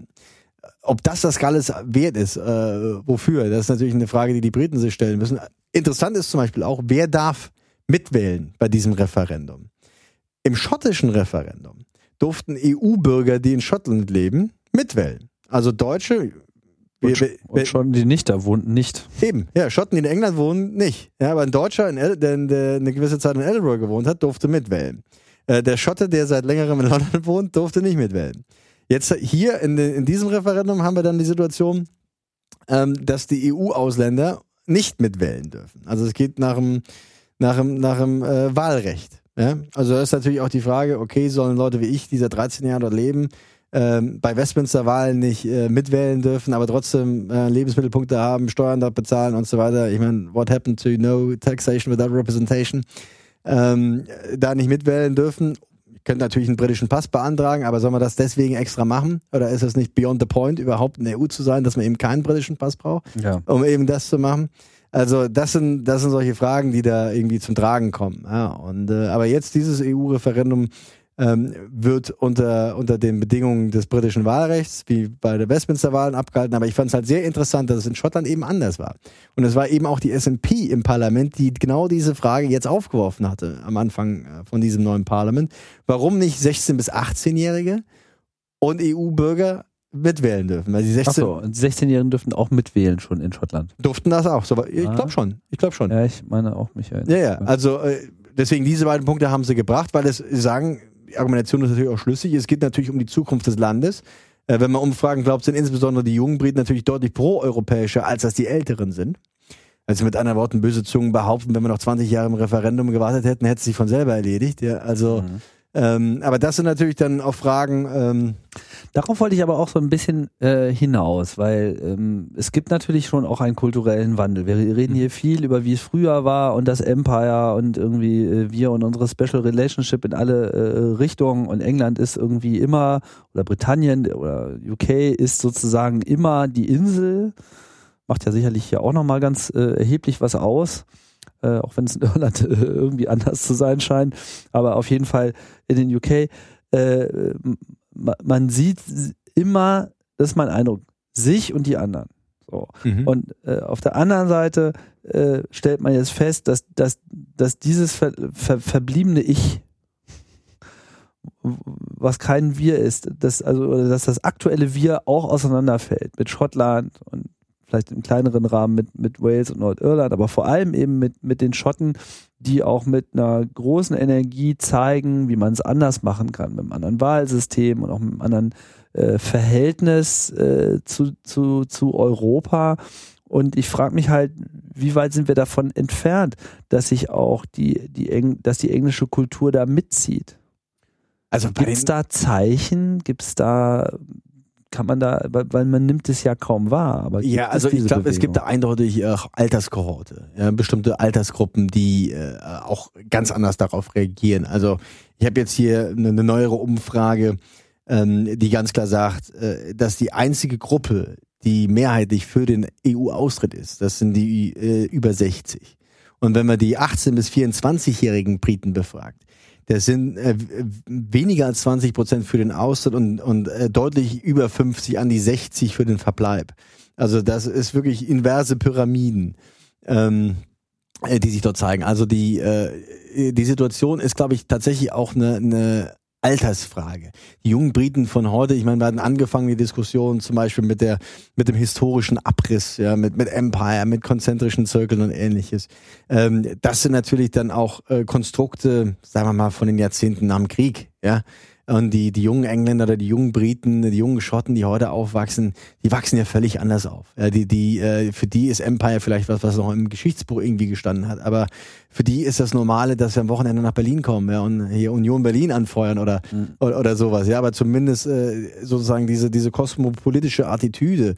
ob das alles wert ist, wofür? Das ist natürlich eine Frage, die die Briten sich stellen müssen. Interessant ist zum Beispiel auch, wer darf mitwählen bei diesem Referendum? Im schottischen Referendum durften EU-Bürger, die in Schottland leben, mitwählen. Also Deutsche. Und Schotten, die nicht da wohnten, nicht. Eben, ja, Schotten, die in England wohnen, nicht. Ja, aber ein Deutscher, der eine gewisse Zeit in Edinburgh gewohnt hat, durfte mitwählen. Der Schotte, der seit längerem in London wohnt, durfte nicht mitwählen. Jetzt hier in diesem Referendum haben wir dann die Situation, dass die EU-Ausländer nicht mitwählen dürfen. Also es geht nach dem Wahlrecht. Ja, also da ist natürlich auch die Frage, okay, sollen Leute wie ich, die seit 13 Jahren dort leben, bei Westminster-Wahlen nicht mitwählen dürfen, aber trotzdem Lebensmittelpunkte haben, Steuern dort bezahlen und so weiter. Ich meine, what happened to no taxation without representation? Da nicht mitwählen dürfen. Ich könnte natürlich einen britischen Pass beantragen, aber soll man das deswegen extra machen? Oder ist es nicht beyond the point, überhaupt in der EU zu sein, dass man eben keinen britischen Pass braucht, um eben das zu machen? Also das sind solche Fragen, die da irgendwie zum Tragen kommen. Ja, und aber jetzt dieses EU-Referendum wird unter den Bedingungen des britischen Wahlrechts, wie bei der Westminster-Wahlen, abgehalten. Aber ich fand es halt sehr interessant, dass es in Schottland eben anders war. Und es war eben auch die SNP im Parlament, die genau diese Frage jetzt aufgeworfen hatte am Anfang von diesem neuen Parlament. Warum nicht 16- bis 18-Jährige und EU-Bürger mitwählen dürfen? Weil die 16-Jährigen dürften auch mitwählen schon in Schottland. Durften das auch? So, ich glaube schon. Ja, ich meine auch, Michael. Ja. Also deswegen diese beiden Punkte haben sie gebracht, weil es sagen, die Argumentation ist natürlich auch schlüssig. Es geht natürlich um die Zukunft des Landes. Wenn man Umfragen glaubt, sind insbesondere die jungen Briten natürlich deutlich pro-europäischer, als das die Älteren sind. Also mit anderen Worten, böse Zungen behaupten, wenn wir noch 20 Jahre im Referendum gewartet hätten, hätte es sich von selber erledigt. Ja, also aber das sind natürlich dann auch Fragen. Darauf wollte ich aber auch so ein bisschen hinaus, weil es gibt natürlich schon auch einen kulturellen Wandel. Wir reden hier viel über, wie es früher war und das Empire und irgendwie wir und unsere Special Relationship in alle Richtungen, und England ist irgendwie immer, oder Britannien oder UK ist sozusagen immer die Insel. Macht ja sicherlich hier auch nochmal ganz erheblich was aus. Auch wenn es in Irland irgendwie anders zu sein scheint, aber auf jeden Fall in den UK, man sieht immer, das ist mein Eindruck, sich und die anderen. So. Und auf der anderen Seite stellt man jetzt fest, dass dieses verbliebene Ich, was kein Wir ist, dass das aktuelle Wir auch auseinanderfällt mit Schottland und vielleicht im kleineren Rahmen mit Wales und Nordirland, aber vor allem eben mit den Schotten, die auch mit einer großen Energie zeigen, wie man es anders machen kann, mit einem anderen Wahlsystem und auch mit einem anderen Verhältnis zu Europa. Und ich frage mich halt, wie weit sind wir davon entfernt, dass sich auch dass die englische Kultur da mitzieht? Also gibt es da Zeichen? Kann man da, weil man nimmt es ja kaum wahr. Aber ja, also ich glaube, es gibt da eindeutig auch Alterskohorte, bestimmte Altersgruppen, die auch ganz anders darauf reagieren. Also ich habe jetzt hier eine neuere Umfrage, die ganz klar sagt, dass die einzige Gruppe, die mehrheitlich für den EU-Austritt ist, das sind die über 60. Und wenn man die 18- bis 24-jährigen Briten befragt, das sind weniger als 20% für den Austritt und deutlich über 50 an die 60 für den Verbleib. Also das ist wirklich inverse Pyramiden, die sich dort zeigen. Also die Situation ist, glaube ich, tatsächlich auch eine Altersfrage. Die jungen Briten von heute, ich meine, wir hatten angefangen die Diskussion zum Beispiel mit dem historischen Abriss, ja, mit Empire, mit konzentrischen Zirkeln und ähnliches. Das sind natürlich dann auch Konstrukte, sagen wir mal, von den Jahrzehnten nach dem Krieg, ja. Und die jungen Engländer oder die jungen Briten, die jungen Schotten, die heute aufwachsen, die wachsen ja völlig anders auf. Ja, für die ist Empire vielleicht was noch im Geschichtsbuch irgendwie gestanden hat. Aber für die ist das Normale, dass wir am Wochenende nach Berlin kommen, ja, und hier Union Berlin anfeuern oder sowas. Ja, aber zumindest sozusagen diese kosmopolitische Attitüde,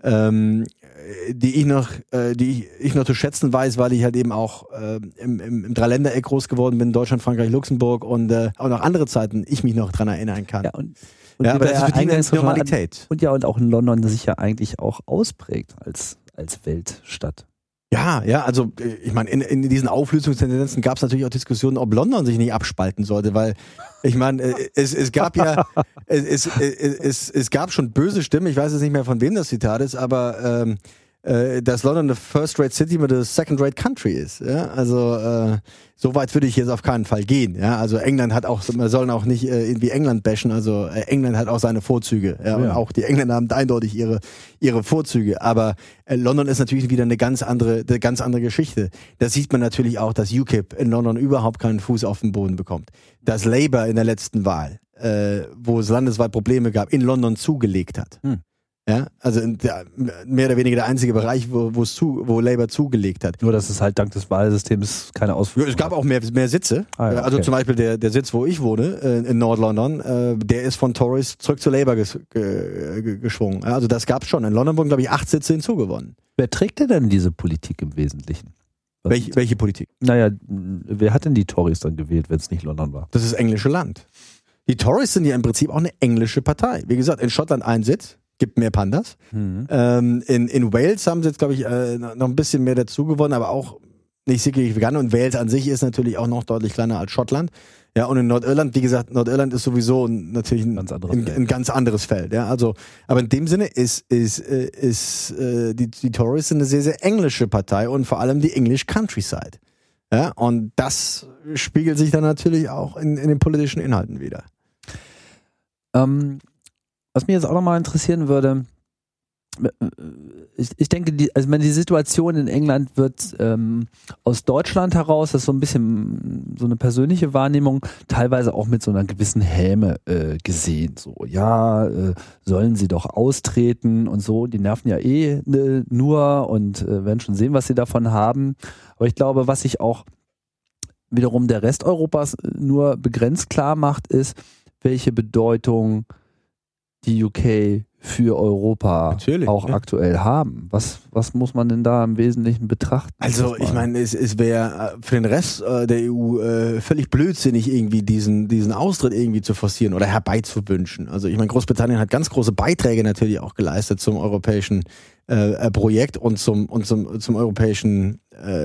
die ich noch zu schätzen weiß, weil ich halt eben auch im Dreiländereck groß geworden bin, Deutschland, Frankreich, Luxemburg und auch noch andere Zeiten ich mich noch dran erinnern kann. Ja, und aber das ist für die eine Normalität. Und auch in London sich ja eigentlich auch ausprägt als Weltstadt. Ja, also ich meine, in diesen Auflösungstendenzen gab es natürlich auch Diskussionen, ob London sich nicht abspalten sollte, weil ich meine, es gab ja es gab schon böse Stimmen, ich weiß jetzt nicht mehr, von wem das Zitat ist, aber dass London eine First-Rate City mit a Second-Rate Country ist. Ja? Also so weit würde ich jetzt auf keinen Fall gehen. Ja? Also England hat auch, wir sollen auch nicht irgendwie England bashen, also England hat auch seine Vorzüge. Ja? Und auch die Engländer haben eindeutig ihre Vorzüge. Aber London ist natürlich wieder eine ganz andere Geschichte. Da sieht man natürlich auch, dass UKIP in London überhaupt keinen Fuß auf den Boden bekommt. Dass Labour in der letzten Wahl, wo es landesweit Probleme gab, in London zugelegt hat. Ja, also mehr oder weniger der einzige Bereich, wo Labour zugelegt hat. Nur, dass es halt dank des Wahlsystems keine Auswirkungen hat. Es gab auch mehr Sitze. Ah, ja, okay. Also zum Beispiel der Sitz, wo ich wohne, in Nord-London, der ist von Tories zurück zu Labour geschwungen. Also das gab's schon. In London wurden, glaube ich, 8 Sitze hinzugewonnen. Wer trägt denn diese Politik im Wesentlichen? Welche Politik? Naja, wer hat denn die Tories dann gewählt, wenn es nicht London war? Das ist das englische Land. Die Tories sind ja im Prinzip auch eine englische Partei. Wie gesagt, in Schottland 1 Sitz. Gibt mehr Pandas. In Wales haben sie jetzt, glaube ich, noch ein bisschen mehr dazu gewonnen, aber auch nicht sicherlich vegan. Und Wales an sich ist natürlich auch noch deutlich kleiner als Schottland. Ja, und in Nordirland, wie gesagt, Nordirland ist sowieso natürlich ein ganz anderes Feld. Ja, also, aber in dem Sinne ist die Tories sind eine sehr, sehr englische Partei und vor allem die English Countryside. Ja, und das spiegelt sich dann natürlich auch in den politischen Inhalten wieder. Was mich jetzt auch nochmal interessieren würde, ich denke, die Situation in England wird aus Deutschland heraus, das ist so ein bisschen so eine persönliche Wahrnehmung, teilweise auch mit so einer gewissen Häme gesehen. So, sollen sie doch austreten und so, die nerven ja nur und werden schon sehen, was sie davon haben. Aber ich glaube, was sich auch wiederum der Rest Europas nur begrenzt klar macht, ist, welche Bedeutung die UK für Europa auch aktuell haben. Was muss man denn da im Wesentlichen betrachten? Also ich meine, es wäre für den Rest der EU völlig blödsinnig, irgendwie diesen Austritt irgendwie zu forcieren oder herbeizuwünschen. Also ich meine, Großbritannien hat ganz große Beiträge natürlich auch geleistet zum europäischen Projekt und zur europäischen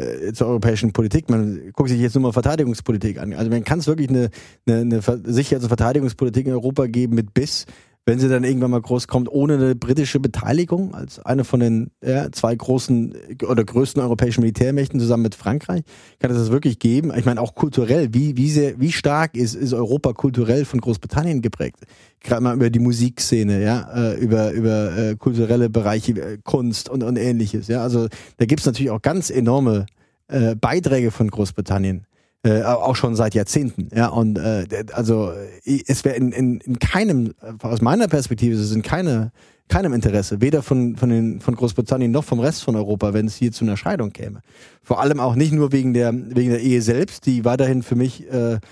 Politik. Man guckt sich jetzt nur mal Verteidigungspolitik an. Also man kann es wirklich eine Sicherheits- und Verteidigungspolitik in Europa geben mit Biss, wenn sie dann irgendwann mal groß kommt, ohne eine britische Beteiligung als eine von den 2 großen oder größten europäischen Militärmächten zusammen mit Frankreich, kann es das wirklich geben. Ich meine auch kulturell, wie stark ist Europa kulturell von Großbritannien geprägt? Gerade mal über die Musikszene, über kulturelle Bereiche, Kunst und ähnliches. Ja, also da gibt es natürlich auch ganz enorme Beiträge von Großbritannien. Auch schon seit Jahrzehnten, ja, und also es wäre in keinem, aus meiner Perspektive, es ist in keinem Interesse, weder von Großbritannien noch vom Rest von Europa, wenn es hier zu einer Scheidung käme. Vor allem auch nicht nur wegen der Ehe selbst, die weiterhin für mich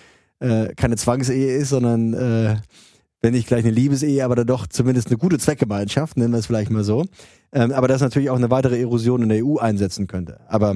keine Zwangsehe ist, sondern wenn nicht gleich eine Liebesehe, aber dann doch zumindest eine gute Zweckgemeinschaft, nennen wir es vielleicht mal so. Aber das natürlich auch eine weitere Erosion in der EU einsetzen könnte. Aber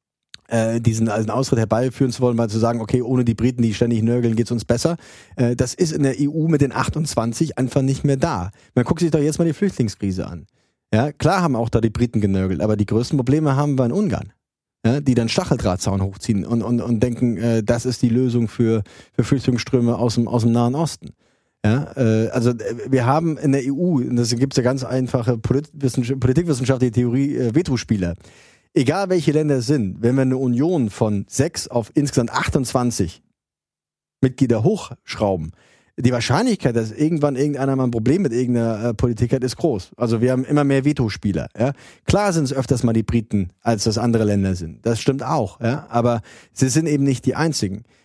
diesen Austritt herbeiführen zu wollen, mal zu sagen, okay, ohne die Briten, die ständig nörgeln, geht's uns besser. Das ist in der EU mit den 28 einfach nicht mehr da. Man guckt sich doch jetzt mal die Flüchtlingskrise an. Ja, klar haben auch da die Briten genörgelt, aber die größten Probleme haben wir in Ungarn. Ja, die dann Stacheldrahtzaun hochziehen und denken, das ist die Lösung für Flüchtlingsströme aus dem Nahen Osten. Ja, also wir haben in der EU, und das gibt's ja ganz einfache politikwissenschaftliche Theorie, Vetospieler. Egal welche Länder es sind, wenn wir eine Union von 6 auf insgesamt 28 Mitglieder hochschrauben, die Wahrscheinlichkeit, dass irgendeiner mal ein Problem mit irgendeiner Politik hat, ist groß. Also wir haben immer mehr Vetospieler. Ja? Klar sind es öfters mal die Briten, als das andere Länder sind. Das stimmt auch. Ja? Aber sie sind eben nicht die einzigen.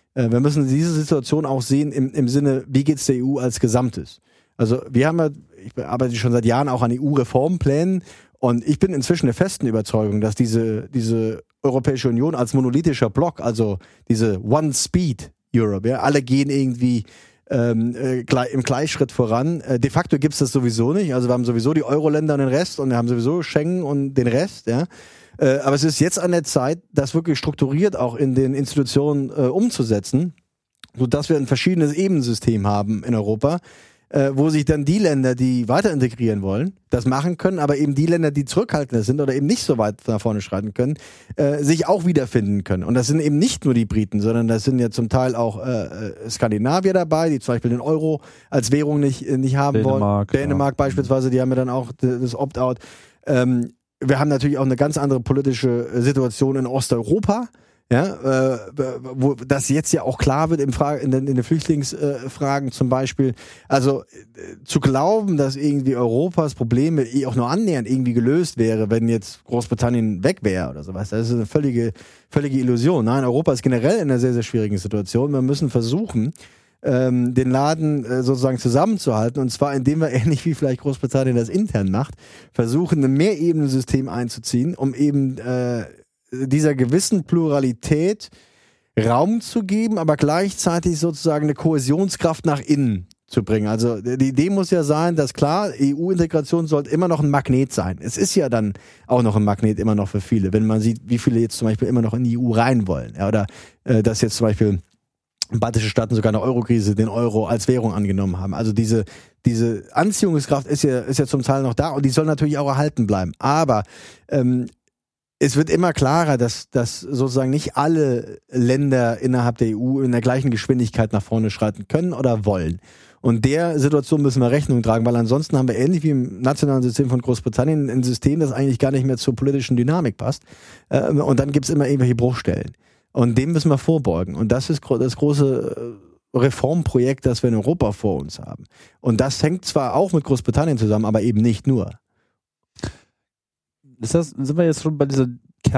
Wir müssen diese Situation auch sehen im Sinne, wie geht es der EU als Gesamtes? Also ich arbeite schon seit Jahren auch an EU-Reformplänen und ich bin inzwischen der festen Überzeugung, dass diese Europäische Union als monolithischer Block, also diese One-Speed Europe, ja, alle gehen irgendwie im Gleichschritt voran. De facto gibt es das sowieso nicht. Also wir haben sowieso die Euro-Länder und den Rest und wir haben sowieso Schengen und den Rest, ja. Aber es ist jetzt an der Zeit, das wirklich strukturiert auch in den Institutionen umzusetzen, sodass wir ein verschiedenes Ebenensystem haben in Europa, wo sich dann die Länder, die weiter integrieren wollen, das machen können, aber eben die Länder, die zurückhaltender sind oder eben nicht so weit nach vorne schreiten können, sich auch wiederfinden können. Und das sind eben nicht nur die Briten, sondern das sind ja zum Teil auch Skandinavier dabei, die zum Beispiel den Euro als Währung nicht haben wollen. Dänemark beispielsweise, die haben ja dann auch das Opt-out. Wir haben natürlich auch eine ganz andere politische Situation in Osteuropa, ja, wo das jetzt ja auch klar wird in den Flüchtlingsfragen zum Beispiel. Also zu glauben, dass irgendwie Europas Probleme auch nur annähernd irgendwie gelöst wäre, wenn jetzt Großbritannien weg wäre oder sowas, das ist eine völlige Illusion. Nein, Europa ist generell in einer sehr, sehr schwierigen Situation. Wir müssen versuchen, den Laden sozusagen zusammenzuhalten, und zwar indem wir, ähnlich wie vielleicht Großbritannien das intern macht, versuchen, ein Mehrebenensystem einzuziehen, um eben dieser gewissen Pluralität Raum zu geben, aber gleichzeitig sozusagen eine Kohäsionskraft nach innen zu bringen. Also die Idee muss ja sein, dass klar, EU-Integration sollte immer noch ein Magnet sein. Es ist ja dann auch noch ein Magnet immer noch für viele, wenn man sieht, wie viele jetzt zum Beispiel immer noch in die EU rein wollen. Ja, oder dass jetzt zum Beispiel baltische Staaten sogar in der Eurokrise den Euro als Währung angenommen haben. Also diese Anziehungskraft ist ja zum Teil noch da und die soll natürlich auch erhalten bleiben. Aber es wird immer klarer, dass sozusagen nicht alle Länder innerhalb der EU in der gleichen Geschwindigkeit nach vorne schreiten können oder wollen. Und der Situation müssen wir Rechnung tragen, weil ansonsten haben wir ähnlich wie im nationalen System von Großbritannien ein System, das eigentlich gar nicht mehr zur politischen Dynamik passt. Und dann gibt's immer irgendwelche Bruchstellen. Und dem müssen wir vorbeugen. Und das ist das große Reformprojekt, das wir in Europa vor uns haben. Und das hängt zwar auch mit Großbritannien zusammen, aber eben nicht nur. Sind wir jetzt schon bei dieser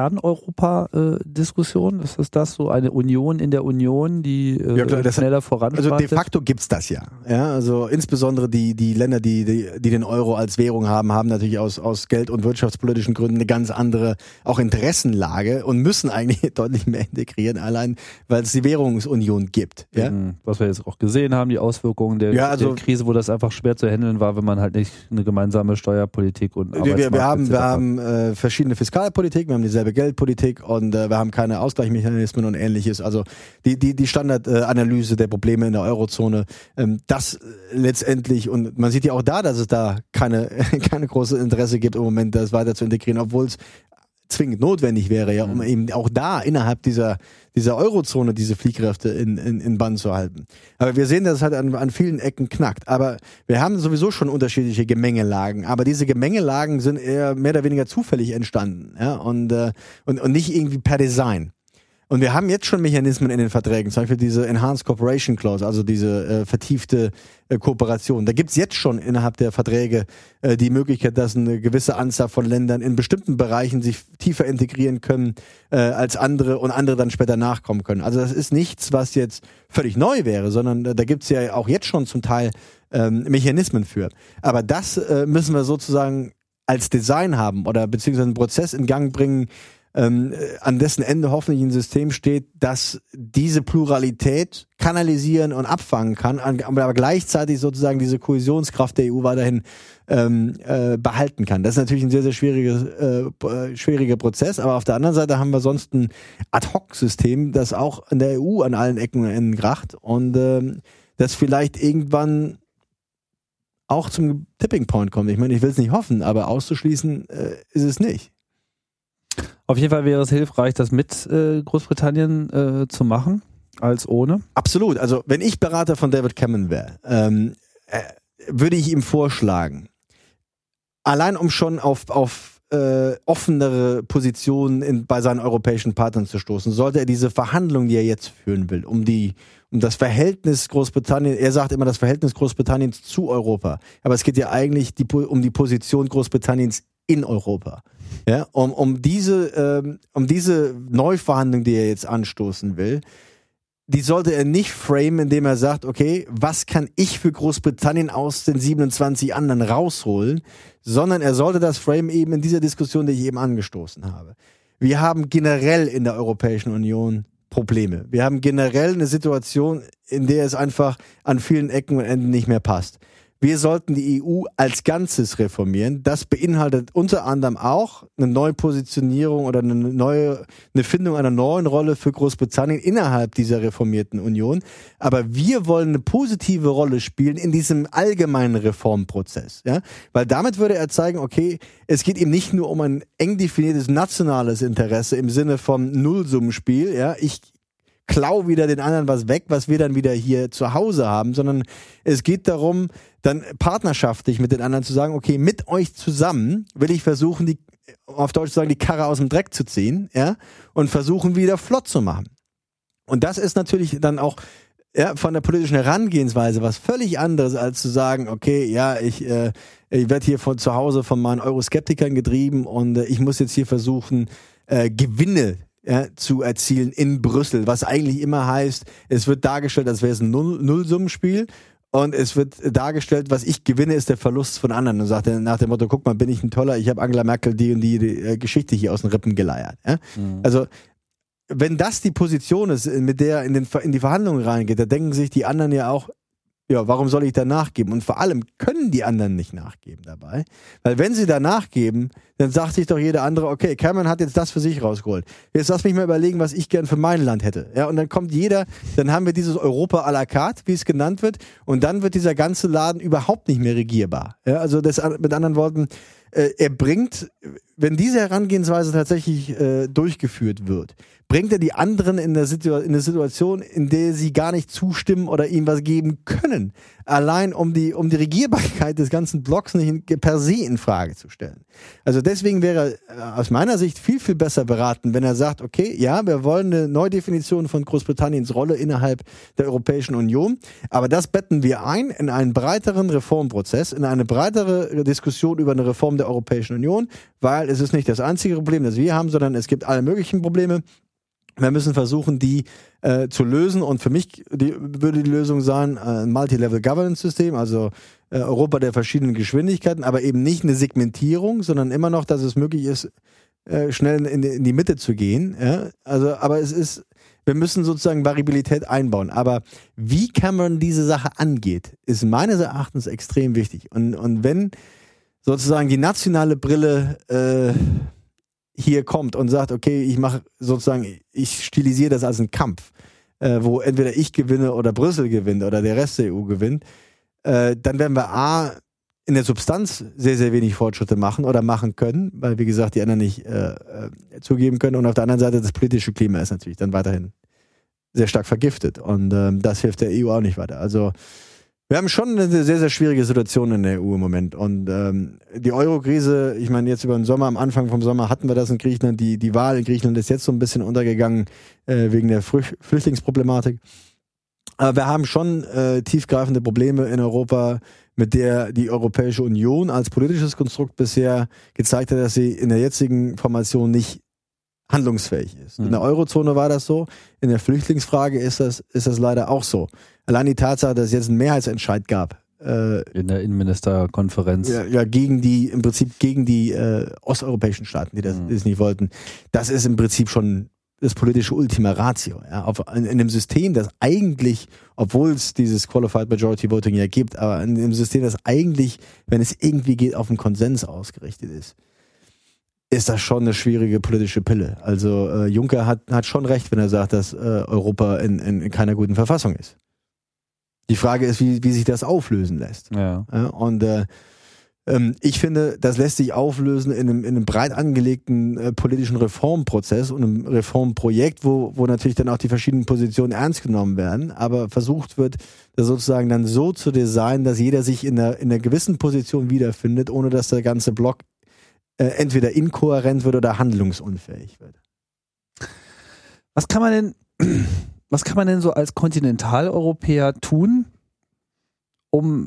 Kern-Europa-Diskussion? Ist das so eine Union in der Union, die schneller voranschreitet? Also de facto gibt's das ja. Ja, also insbesondere die Länder, die den Euro als Währung haben natürlich aus Geld- und wirtschaftspolitischen Gründen eine ganz andere auch Interessenlage und müssen eigentlich deutlich mehr integrieren, allein weil es die Währungsunion gibt. Ja? Was wir jetzt auch gesehen haben, die Auswirkungen der Krise, wo das einfach schwer zu handeln war, wenn man halt nicht eine gemeinsame Steuerpolitik und Arbeitsmarkt wir haben verschiedene Fiskalpolitik, wir haben dieselbe Geldpolitik und wir haben keine Ausgleichsmechanismen und ähnliches. Also die Standardanalyse der Probleme in der Eurozone, das letztendlich, und man sieht ja auch da, dass es da keine große Interesse gibt im Moment, das weiter zu integrieren, obwohl es zwingend notwendig wäre, ja, um eben auch da innerhalb dieser Eurozone diese Fliehkräfte in Bann zu halten. Aber wir sehen, dass es halt an vielen Ecken knackt. Aber wir haben sowieso schon unterschiedliche Gemengelagen. Aber diese Gemengelagen sind eher mehr oder weniger zufällig entstanden, ja, und nicht irgendwie per Design. Und wir haben jetzt schon Mechanismen in den Verträgen, zum Beispiel diese Enhanced Cooperation Clause, also diese vertiefte Kooperation. Da gibt's jetzt schon innerhalb der Verträge die Möglichkeit, dass eine gewisse Anzahl von Ländern in bestimmten Bereichen sich tiefer integrieren können als andere und andere dann später nachkommen können. Also das ist nichts, was jetzt völlig neu wäre, sondern da gibt's ja auch jetzt schon zum Teil Mechanismen für. Aber das müssen wir sozusagen als Design haben oder beziehungsweise einen Prozess in Gang bringen, an dessen Ende hoffentlich ein System steht, das diese Pluralität kanalisieren und abfangen kann, aber gleichzeitig sozusagen diese Kohäsionskraft der EU weiterhin behalten kann. Das ist natürlich ein sehr, sehr schwieriger Prozess, aber auf der anderen Seite haben wir sonst ein Ad-Hoc-System, das auch in der EU an allen Ecken und Enden kracht und das vielleicht irgendwann auch zum Tipping Point kommt. Ich meine, ich will es nicht hoffen, aber auszuschließen ist es nicht. Auf jeden Fall wäre es hilfreich, das mit Großbritannien zu machen, als ohne. Absolut. Also wenn ich Berater von David Cameron wäre, würde ich ihm vorschlagen, allein um schon auf offenere Positionen bei seinen europäischen Partnern zu stoßen, sollte er diese Verhandlungen, die er jetzt führen will, um das Verhältnis Großbritannien, er sagt immer das Verhältnis Großbritanniens zu Europa, aber es geht ja eigentlich um die Position Großbritanniens in Europa. Ja, um diese Neuverhandlung, die er jetzt anstoßen will, die sollte er nicht framen, indem er sagt, okay, was kann ich für Großbritannien aus den 27 anderen rausholen, sondern er sollte das framen eben in dieser Diskussion, die ich eben angestoßen habe. Wir haben generell in der Europäischen Union Probleme. Wir haben generell eine Situation, in der es einfach an vielen Ecken und Enden nicht mehr passt. Wir sollten die EU als Ganzes reformieren. Das beinhaltet unter anderem auch eine neue Positionierung oder eine Findung einer neuen Rolle für Großbritannien innerhalb dieser reformierten Union. Aber wir wollen eine positive Rolle spielen in diesem allgemeinen Reformprozess. Ja? Weil damit würde er zeigen, okay, es geht eben nicht nur um ein eng definiertes nationales Interesse im Sinne von Nullsummenspiel. Ja? Ich klau wieder den anderen was weg, was wir dann wieder hier zu Hause haben, sondern es geht darum, dann partnerschaftlich mit den anderen zu sagen, okay, mit euch zusammen will ich versuchen, die, auf Deutsch zu sagen, die Karre aus dem Dreck zu ziehen, ja, und versuchen wieder flott zu machen. Und das ist natürlich dann auch von der politischen Herangehensweise was völlig anderes, als zu sagen, okay, ja, ich werde hier von zu Hause von meinen Euroskeptikern getrieben und ich muss jetzt hier versuchen, Gewinne zu erzielen in Brüssel, was eigentlich immer heißt, es wird dargestellt, als wäre es ein Nullsummenspiel und es wird dargestellt, was ich gewinne, ist der Verlust von anderen und sagt er nach dem Motto, guck mal, bin ich ein Toller, ich habe Angela Merkel die und die Geschichte hier aus den Rippen geleiert. Ja? Mhm. Also wenn das die Position ist, mit der in die Verhandlungen reingeht, da denken sich die anderen ja auch, ja, warum soll ich da nachgeben? Und vor allem können die anderen nicht nachgeben dabei. Weil wenn sie da nachgeben, dann sagt sich doch jeder andere, okay, Cameron hat jetzt das für sich rausgeholt. Jetzt lass mich mal überlegen, was ich gern für mein Land hätte. Ja, und dann kommt jeder, dann haben wir dieses Europa à la carte, wie es genannt wird, und dann wird dieser ganze Laden überhaupt nicht mehr regierbar. Ja, also das mit anderen Worten, er bringt, wenn diese Herangehensweise tatsächlich durchgeführt wird, bringt er die anderen in eine Situation, in der sie gar nicht zustimmen oder ihm was geben können. Allein um die Regierbarkeit des ganzen Blocks nicht per se in Frage zu stellen. Also deswegen wäre er aus meiner Sicht viel, viel besser beraten, wenn er sagt, okay, ja, wir wollen eine Neudefinition von Großbritanniens Rolle innerhalb der Europäischen Union, aber das betten wir ein in einen breiteren Reformprozess, in eine breitere Diskussion über eine Reform der Europäischen Union, weil es ist nicht das einzige Problem, das wir haben, sondern es gibt alle möglichen Probleme. Wir müssen versuchen, die zu lösen, und für mich würde die Lösung sein, ein Multi-Level-Governance-System, also Europa der verschiedenen Geschwindigkeiten, aber eben nicht eine Segmentierung, sondern immer noch, dass es möglich ist, schnell in die Mitte zu gehen. Ja? Also, aber wir müssen sozusagen Variabilität einbauen. Aber wie Cameron diese Sache angeht, ist meines Erachtens extrem wichtig. Und wenn sozusagen die nationale Brille hier kommt und sagt, okay, ich stilisiere das als einen Kampf, wo entweder ich gewinne oder Brüssel gewinnt oder der Rest der EU gewinnt, dann werden wir in der Substanz sehr, sehr wenig Fortschritte machen oder machen können, weil, wie gesagt, die anderen nicht zugeben können, und auf der anderen Seite das politische Klima ist natürlich dann weiterhin sehr stark vergiftet, und das hilft der EU auch nicht weiter. Also wir haben schon eine sehr, sehr schwierige Situation in der EU im Moment. Und die Euro-Krise, ich meine, jetzt über den Sommer, am Anfang vom Sommer hatten wir das in Griechenland. Die Wahl in Griechenland ist jetzt so ein bisschen untergegangen wegen der Flüchtlingsproblematik. Aber wir haben schon tiefgreifende Probleme in Europa, mit der die Europäische Union als politisches Konstrukt bisher gezeigt hat, dass sie in der jetzigen Formation nicht handlungsfähig ist. In der Eurozone war das so, in der Flüchtlingsfrage ist das leider auch so. Allein die Tatsache, dass es jetzt einen Mehrheitsentscheid gab. In der Innenministerkonferenz. Ja, gegen die osteuropäischen Staaten, die das nicht wollten. Das ist im Prinzip schon das politische Ultima Ratio. Ja, in einem System, das eigentlich, obwohl es dieses Qualified Majority Voting ja gibt, aber in einem System, das eigentlich, wenn es irgendwie geht, auf einen Konsens ausgerichtet ist das schon eine schwierige politische Pille. Also Juncker hat schon recht, wenn er sagt, dass Europa in keiner guten Verfassung ist. Die Frage ist, wie sich das auflösen lässt. Ja. Und ich finde, das lässt sich auflösen in einem breit angelegten politischen Reformprozess und einem Reformprojekt, wo natürlich dann auch die verschiedenen Positionen ernst genommen werden, aber versucht wird, das sozusagen dann so zu designen, dass jeder sich in einer gewissen Position wiederfindet, ohne dass der ganze Block entweder inkohärent wird oder handlungsunfähig wird. Was kann man denn so als Kontinentaleuropäer tun, um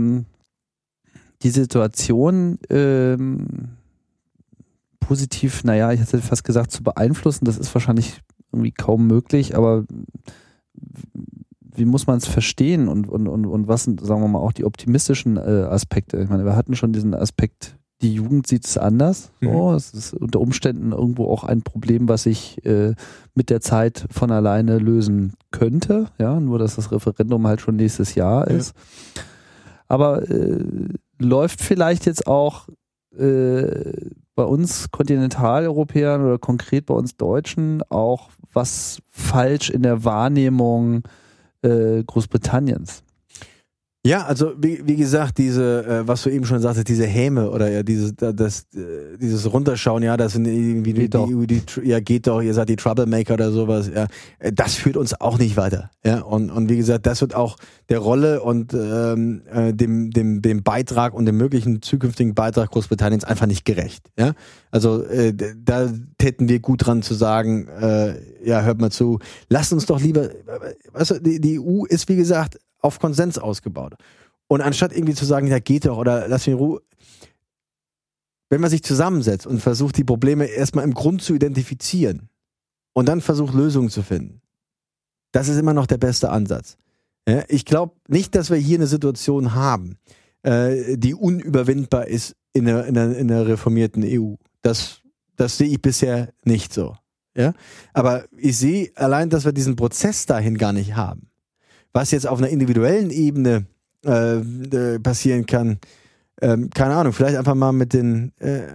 die Situation positiv, ich hätte fast gesagt, zu beeinflussen? Das ist wahrscheinlich irgendwie kaum möglich, aber wie muss man es verstehen und was sind, sagen wir mal, auch die optimistischen Aspekte? Ich meine, wir hatten schon diesen Aspekt, die Jugend sieht es anders. So. Es ist unter Umständen irgendwo auch ein Problem, was sich mit der Zeit von alleine lösen könnte. Ja, nur dass das Referendum halt schon nächstes Jahr ist. Aber läuft vielleicht jetzt auch bei uns Kontinentaleuropäern oder konkret bei uns Deutschen auch was falsch in der Wahrnehmung Großbritanniens? Ja, also wie gesagt, diese, was du eben schon sagtest, diese Häme oder ja dieses Runterschauen, ja, das sind irgendwie geht doch, ihr seid die Troublemaker oder sowas, ja, das führt uns auch nicht weiter, ja, und wie gesagt, das wird auch der Rolle und dem Beitrag und dem möglichen zukünftigen Beitrag Großbritanniens einfach nicht gerecht, ja, also da täten wir gut dran zu sagen, ja, hört mal zu, lasst uns doch lieber, weißt du, die EU ist wie gesagt auf Konsens ausgebaut. Und anstatt irgendwie zu sagen, ja geht doch oder lass mich in Ruhe, wenn man sich zusammensetzt und versucht, die Probleme erstmal im Grund zu identifizieren und dann versucht, Lösungen zu finden, das ist immer noch der beste Ansatz. Ja, ich glaube nicht, dass wir hier eine Situation haben, die unüberwindbar ist in einer reformierten EU. Das sehe ich bisher nicht so. Ja? Aber ich sehe allein, dass wir diesen Prozess dahin gar nicht haben. Was jetzt auf einer individuellen Ebene passieren kann, keine Ahnung, vielleicht einfach mal mit den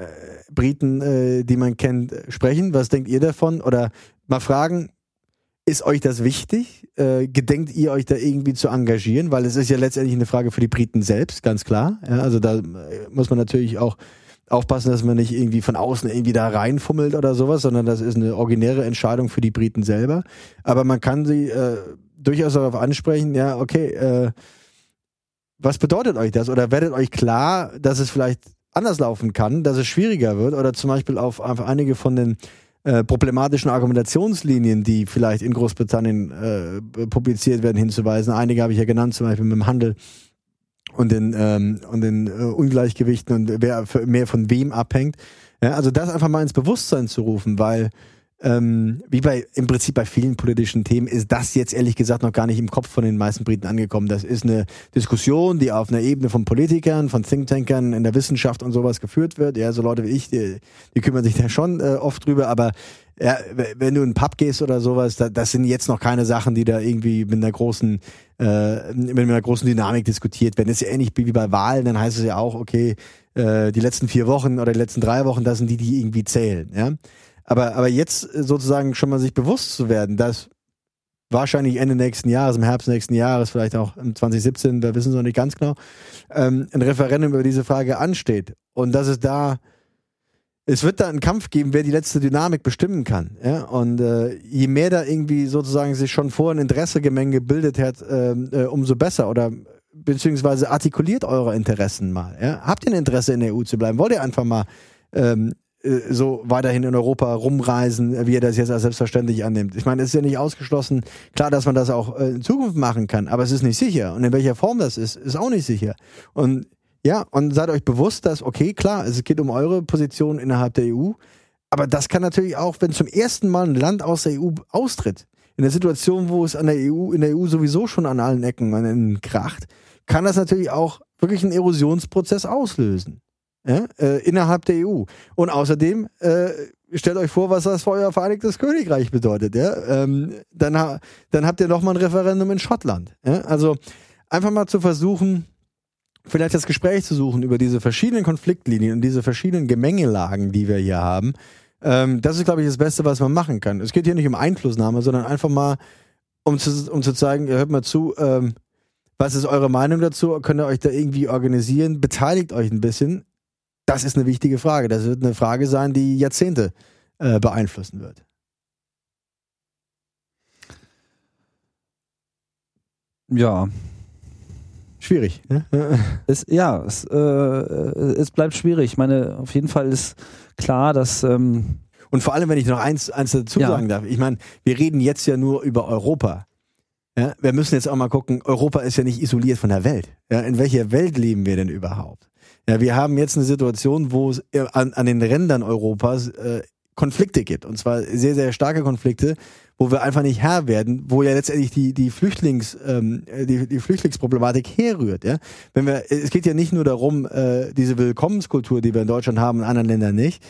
Briten, die man kennt, sprechen. Was denkt ihr davon? Oder mal fragen, ist euch das wichtig? Gedenkt ihr euch da irgendwie zu engagieren? Weil es ist ja letztendlich eine Frage für die Briten selbst, ganz klar. Ja, also da muss man natürlich auch aufpassen, dass man nicht irgendwie von außen irgendwie da reinfummelt oder sowas, sondern das ist eine originäre Entscheidung für die Briten selber. Aber man kann sie durchaus darauf ansprechen, ja, okay, was bedeutet euch das? Oder werdet euch klar, dass es vielleicht anders laufen kann, dass es schwieriger wird oder zum Beispiel auf einige von den problematischen Argumentationslinien, die vielleicht in Großbritannien publiziert werden, hinzuweisen. Einige habe ich ja genannt, zum Beispiel mit dem Handel und den Ungleichgewichten und wer mehr von wem abhängt. Ja, also das einfach mal ins Bewusstsein zu rufen, weil wie im Prinzip bei vielen politischen Themen ist das jetzt ehrlich gesagt noch gar nicht im Kopf von den meisten Briten angekommen. Das ist eine Diskussion, die auf einer Ebene von Politikern, von Thinktankern in der Wissenschaft und sowas geführt wird. Ja, so Leute wie ich, die kümmern sich da schon oft drüber, aber ja, wenn du in einen Pub gehst oder sowas, das sind jetzt noch keine Sachen, die da irgendwie mit einer großen Dynamik diskutiert werden. Das ist ja ähnlich wie bei Wahlen, dann heißt es ja auch, okay, die letzten 4 Wochen oder die letzten 3 Wochen, das sind die irgendwie zählen, ja. Aber jetzt sozusagen schon mal sich bewusst zu werden, dass wahrscheinlich Ende nächsten Jahres, im Herbst nächsten Jahres, vielleicht auch im 2017, da wissen sie noch nicht ganz genau, ein Referendum über diese Frage ansteht. Und dass es wird da einen Kampf geben, wer die letzte Dynamik bestimmen kann. Ja? Und je mehr da irgendwie sozusagen sich schon vor ein Interessegemenge gebildet hat, umso besser. Oder beziehungsweise artikuliert eure Interessen mal. Ja? Habt ihr ein Interesse, in der EU zu bleiben? Wollt ihr einfach mal so weiterhin in Europa rumreisen, wie er das jetzt als selbstverständlich annimmt. Ich meine, es ist ja nicht ausgeschlossen, klar, dass man das auch in Zukunft machen kann, aber es ist nicht sicher. Und in welcher Form das ist auch nicht sicher. Und ja, und seid euch bewusst, dass, okay, klar, es geht um eure Position innerhalb der EU, aber das kann natürlich auch, wenn zum ersten Mal ein Land aus der EU austritt, in der Situation, wo es in der EU sowieso schon an allen Ecken kracht, kann das natürlich auch wirklich einen Erosionsprozess auslösen. Ja, innerhalb der EU. Und außerdem stellt euch vor, was das für euer Vereinigtes Königreich bedeutet. Ja? Dann habt ihr nochmal ein Referendum in Schottland. Ja? Also einfach mal zu versuchen, vielleicht das Gespräch zu suchen über diese verschiedenen Konfliktlinien und diese verschiedenen Gemengelagen, die wir hier haben. Das ist, glaube ich, das Beste, was man machen kann. Es geht hier nicht um Einflussnahme, sondern einfach mal, um zu zeigen, hört mal zu, was ist eure Meinung dazu? Könnt ihr euch da irgendwie organisieren? Beteiligt euch ein bisschen. Das ist eine wichtige Frage. Das wird eine Frage sein, die Jahrzehnte beeinflussen wird. Ja. Schwierig. Ne? Es bleibt schwierig. Ich meine, auf jeden Fall ist klar, dass und vor allem, wenn ich noch eins dazu sagen darf. Ich meine, wir reden jetzt ja nur über Europa. Ja? Wir müssen jetzt auch mal gucken, Europa ist ja nicht isoliert von der Welt. Ja? In welcher Welt leben wir denn überhaupt? Ja, wir haben jetzt eine Situation, wo es an den Rändern Europas Konflikte gibt. Und zwar sehr, sehr starke Konflikte, wo wir einfach nicht Herr werden, wo ja letztendlich die Flüchtlingsproblematik herrührt. Ja? Es geht ja nicht nur darum, diese Willkommenskultur, die wir in Deutschland haben, in anderen Ländern nicht,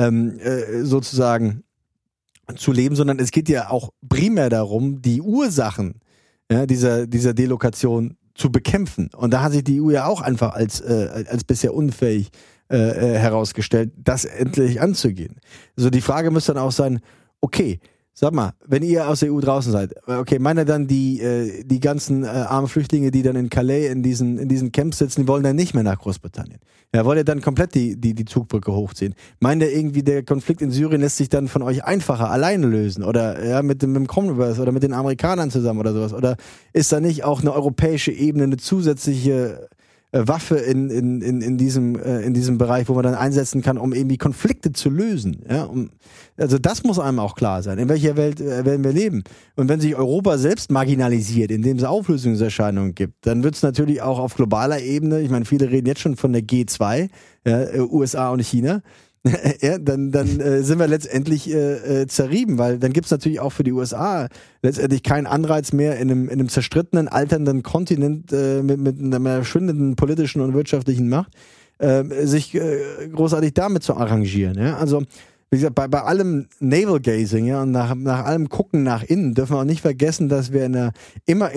sozusagen zu leben, sondern es geht ja auch primär darum, die Ursachen dieser Delokation zu bekämpfen. Und da hat sich die EU ja auch einfach als bisher unfähig herausgestellt, das endlich anzugehen. Also die Frage müsste dann auch sein, okay, sag mal, wenn ihr aus der EU draußen seid, okay, meint ihr dann die ganzen armen Flüchtlinge, die dann in Calais in diesen Camps sitzen, die wollen dann nicht mehr nach Großbritannien? Ja, wollt ihr dann komplett die Zugbrücke hochziehen? Meint ihr irgendwie, der Konflikt in Syrien lässt sich dann von euch einfacher alleine lösen? Oder ja, mit dem Commonwealth oder mit den Amerikanern zusammen oder sowas? Oder ist da nicht auch eine europäische Ebene, eine zusätzliche Waffe in diesem Bereich, wo man dann einsetzen kann, um irgendwie Konflikte zu lösen. Ja? Also das muss einem auch klar sein. In welcher Welt werden wir leben? Und wenn sich Europa selbst marginalisiert, indem es Auflösungserscheinungen gibt, dann wird es natürlich auch auf globaler Ebene, ich meine, viele reden jetzt schon von der G2, USA und China, ja, dann sind wir letztendlich zerrieben, weil dann gibt es natürlich auch für die USA letztendlich keinen Anreiz mehr in einem zerstrittenen, alternden Kontinent mit einer schwindenden politischen und wirtschaftlichen Macht, sich großartig damit zu arrangieren. Ja? Also wie gesagt, bei allem Navel Gazing, ja, und nach allem Gucken nach innen dürfen wir auch nicht vergessen, dass wir in einer immer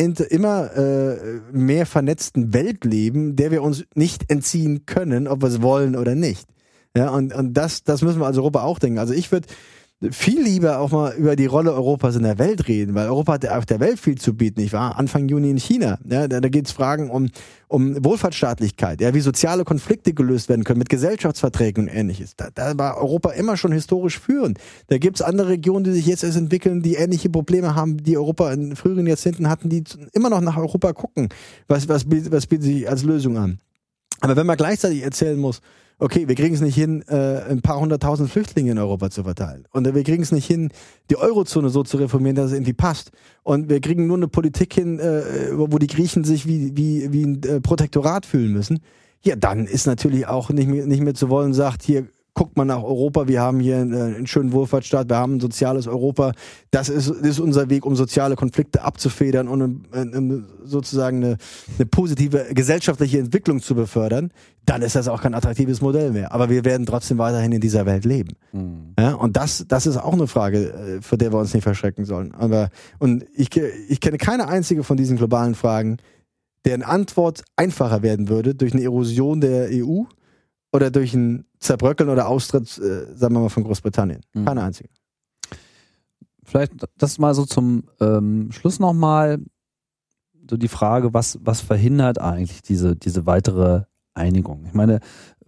mehr vernetzten Welt leben, der wir uns nicht entziehen können, ob wir es wollen oder nicht. Ja, und das müssen wir als Europa auch denken. Also ich würde viel lieber auch mal über die Rolle Europas in der Welt reden, weil Europa hat auf der Welt viel zu bieten. Ich war Anfang Juni in China. Ja, da geht es Fragen um Wohlfahrtsstaatlichkeit, ja, wie soziale Konflikte gelöst werden können mit Gesellschaftsverträgen und Ähnliches. Da war Europa immer schon historisch führend. Da gibt es andere Regionen, die sich jetzt erst entwickeln, die ähnliche Probleme haben, die Europa in früheren Jahrzehnten hatten, die immer noch nach Europa gucken. Was bietet sich als Lösung an? Aber wenn man gleichzeitig erzählen muss, okay, wir kriegen es nicht hin, ein paar 100.000 Flüchtlinge in Europa zu verteilen. Und wir kriegen es nicht hin, die Eurozone so zu reformieren, dass es irgendwie passt. Und wir kriegen nur eine Politik hin, wo die Griechen sich wie ein Protektorat fühlen müssen. Ja, dann ist natürlich auch nicht mehr zu wollen, sagt hier, guckt man nach Europa, wir haben hier einen schönen Wohlfahrtsstaat, wir haben ein soziales Europa. Das ist unser Weg, um soziale Konflikte abzufedern und sozusagen eine positive gesellschaftliche Entwicklung zu befördern. Dann ist das auch kein attraktives Modell mehr. Aber wir werden trotzdem weiterhin in dieser Welt leben. Mhm. Ja, und das ist auch eine Frage, vor der wir uns nicht verschrecken sollen. Und ich kenne keine einzige von diesen globalen Fragen, deren Antwort einfacher werden würde durch eine Erosion der EU oder durch ein Zerbröckeln oder Austritt, sagen wir mal, von Großbritannien. Keine einzige. Vielleicht das mal so zum Schluss nochmal, so die Frage, was verhindert eigentlich diese weitere Einigung? Ich meine,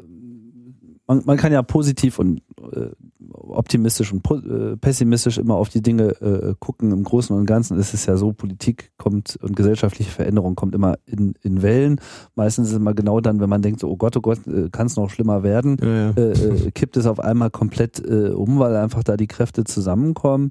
man kann ja positiv und optimistisch und pessimistisch immer auf die Dinge gucken. Im Großen und Ganzen ist es ja so, Politik kommt und gesellschaftliche Veränderung kommt immer in Wellen. Meistens ist es immer genau dann, wenn man denkt, so, oh Gott, kann es noch schlimmer werden, kippt es auf einmal komplett weil einfach da die Kräfte zusammenkommen.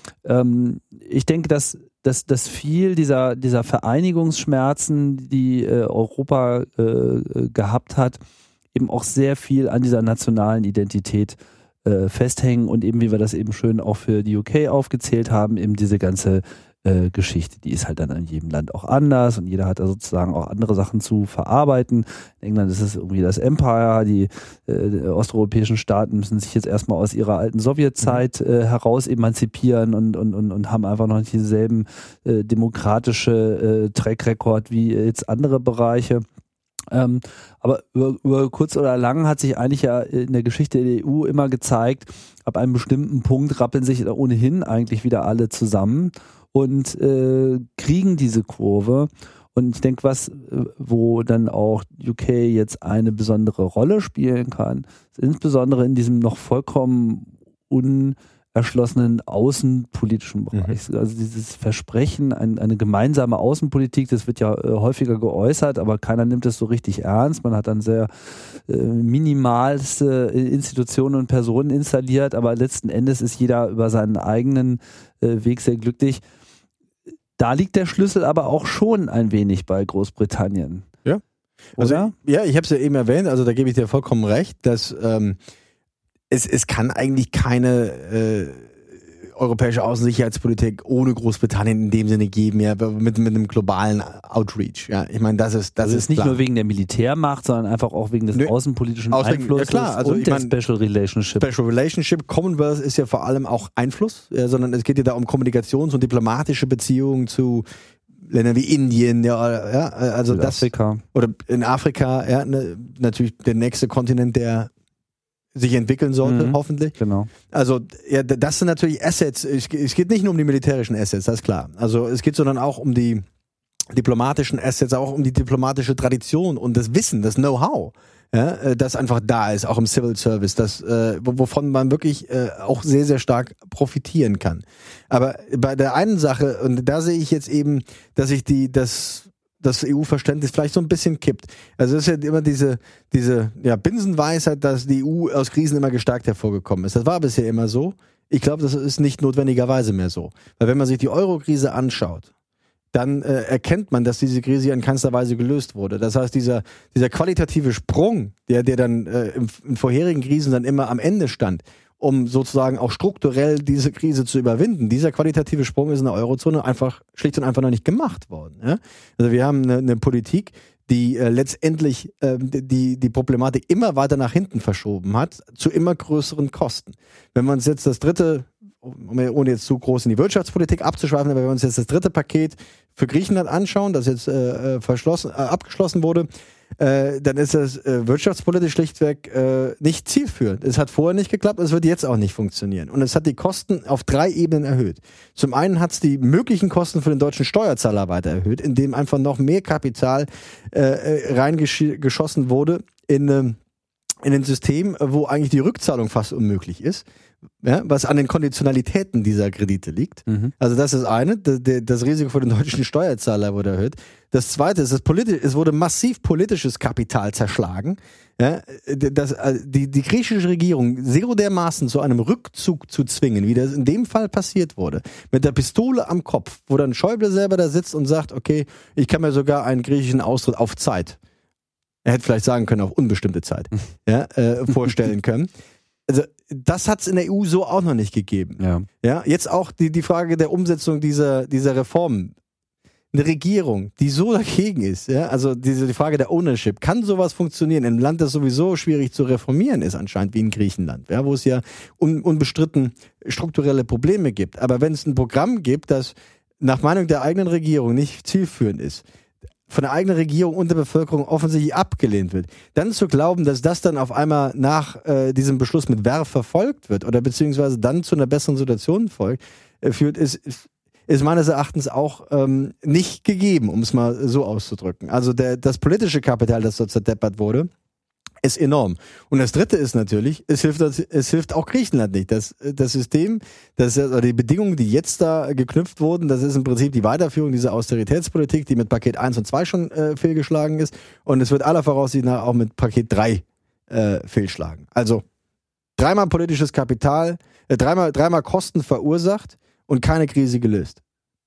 Ich denke, dass viel dieser Vereinigungsschmerzen, die Europa gehabt hat, eben auch sehr viel an dieser nationalen Identität festhängen und eben, wie wir das eben schön auch für die UK aufgezählt haben, eben diese ganze Geschichte, die ist halt dann in jedem Land auch anders und jeder hat da sozusagen auch andere Sachen zu verarbeiten. In England ist es irgendwie das Empire, die osteuropäischen Staaten müssen sich jetzt erstmal aus ihrer alten Sowjetzeit heraus emanzipieren und haben einfach noch nicht denselben demokratische Track-Record wie jetzt andere Bereiche. Aber über kurz oder lang hat sich eigentlich ja in der Geschichte der EU immer gezeigt, ab einem bestimmten Punkt rappeln sich ohnehin eigentlich wieder alle zusammen und kriegen diese Kurve. Und ich denke, wo dann auch UK jetzt eine besondere Rolle spielen kann, ist insbesondere in diesem noch vollkommen unerschlossenen außenpolitischen Bereich. Also dieses Versprechen, eine gemeinsame Außenpolitik, das wird ja häufiger geäußert, aber keiner nimmt es so richtig ernst. Man hat dann sehr minimalste Institutionen und Personen installiert, aber letzten Endes ist jeder über seinen eigenen Weg sehr glücklich. Da liegt der Schlüssel aber auch schon ein wenig bei Großbritannien. Ja. Also, ja, ich habe es ja eben erwähnt, also da gebe ich dir vollkommen recht, dass es kann eigentlich keine europäische Außensicherheitspolitik ohne Großbritannien in dem Sinne geben, ja, mit einem globalen Outreach. Ja, ich meine, das ist nicht klar. nur wegen der Militärmacht, sondern einfach auch wegen des außenpolitischen Einflusses und der Special Relationship. Special Relationship, Commonwealth ist ja vor allem auch Einfluss, sondern es geht ja da um Kommunikations- und diplomatische Beziehungen zu Ländern wie Indien, also Südafrika. Oder in Afrika, ja, natürlich der nächste Kontinent, der sich entwickeln sollte, hoffentlich. Genau. Also, ja, das sind natürlich Assets. Es geht nicht nur um die militärischen Assets, das ist klar. Also, es geht sondern auch um die diplomatischen Assets, auch um die diplomatische Tradition und das Wissen, das Know-how, ja, das einfach da ist, auch im Civil Service, das, wovon man wirklich auch sehr, sehr stark profitieren kann. Aber bei der einen Sache, und da sehe ich jetzt eben, dass ich das EU-Verständnis vielleicht so ein bisschen kippt. Also es ist ja immer diese Binsenweisheit, dass die EU aus Krisen immer gestärkt hervorgekommen ist. Das war bisher immer so. Ich glaube, das ist nicht notwendigerweise mehr so. Weil wenn man sich die Euro-Krise anschaut, dann erkennt man, dass diese Krise in keinster Weise gelöst wurde. Das heißt, dieser qualitative Sprung, der dann in vorherigen Krisen dann immer am Ende stand, um sozusagen auch strukturell diese Krise zu überwinden. Dieser qualitative Sprung ist in der Eurozone schlicht und einfach noch nicht gemacht worden. Ja? Also wir haben eine Politik, die letztendlich die Problematik immer weiter nach hinten verschoben hat, zu immer größeren Kosten. Wenn wir uns jetzt das dritte, ohne jetzt zu groß in die Wirtschaftspolitik abzuschweifen, aber wenn wir uns jetzt das dritte Paket für Griechenland anschauen, das jetzt abgeschlossen wurde, dann ist das wirtschaftspolitisch schlichtweg nicht zielführend. Es hat vorher nicht geklappt und es wird jetzt auch nicht funktionieren. Und es hat die Kosten auf 3 Ebenen erhöht. Zum einen hat es die möglichen Kosten für den deutschen Steuerzahler weiter erhöht, indem einfach noch mehr Kapital reingeschossen wurde in ein System, wo eigentlich die Rückzahlung fast unmöglich ist. Ja, was an den Konditionalitäten dieser Kredite liegt. Also das ist eine, das Risiko für den deutschen Steuerzahler wurde erhöht. Das zweite ist, es wurde massiv politisches Kapital zerschlagen. Ja, die griechische Regierung so dermaßen zu einem Rückzug zu zwingen, wie das in dem Fall passiert wurde, mit der Pistole am Kopf, wo dann Schäuble selber da sitzt und sagt, okay, ich kann mir sogar einen griechischen Austritt auf Zeit, er hätte vielleicht sagen können, auf unbestimmte Zeit, vorstellen können. Also das hat es in der EU so auch noch nicht gegeben. Ja, jetzt auch die Frage der Umsetzung dieser Reformen. Eine Regierung, die so dagegen ist, ja, also die Frage der Ownership, kann sowas funktionieren in einem Land, das sowieso schwierig zu reformieren ist anscheinend, wie in Griechenland, ja, wo es ja unbestritten strukturelle Probleme gibt. Aber wenn es ein Programm gibt, das nach Meinung der eigenen Regierung nicht zielführend ist, von der eigenen Regierung und der Bevölkerung offensichtlich abgelehnt wird, dann zu glauben, dass das dann auf einmal nach diesem Beschluss mit Verve verfolgt wird oder beziehungsweise dann zu einer besseren Situation führt, ist meines Erachtens auch nicht gegeben, um es mal so auszudrücken. Also das politische Kapital, das dort zerdeppert wurde, ist enorm. Und das Dritte ist natürlich, es hilft auch Griechenland nicht. Das System, die Bedingungen, die jetzt da geknüpft wurden, das ist im Prinzip die Weiterführung dieser Austeritätspolitik, die mit Paket 1 und 2 schon fehlgeschlagen ist. Und es wird aller Voraussicht nach auch mit Paket 3 fehlschlagen. Also 3-mal politisches Kapital, 3-mal Kosten verursacht und keine Krise gelöst.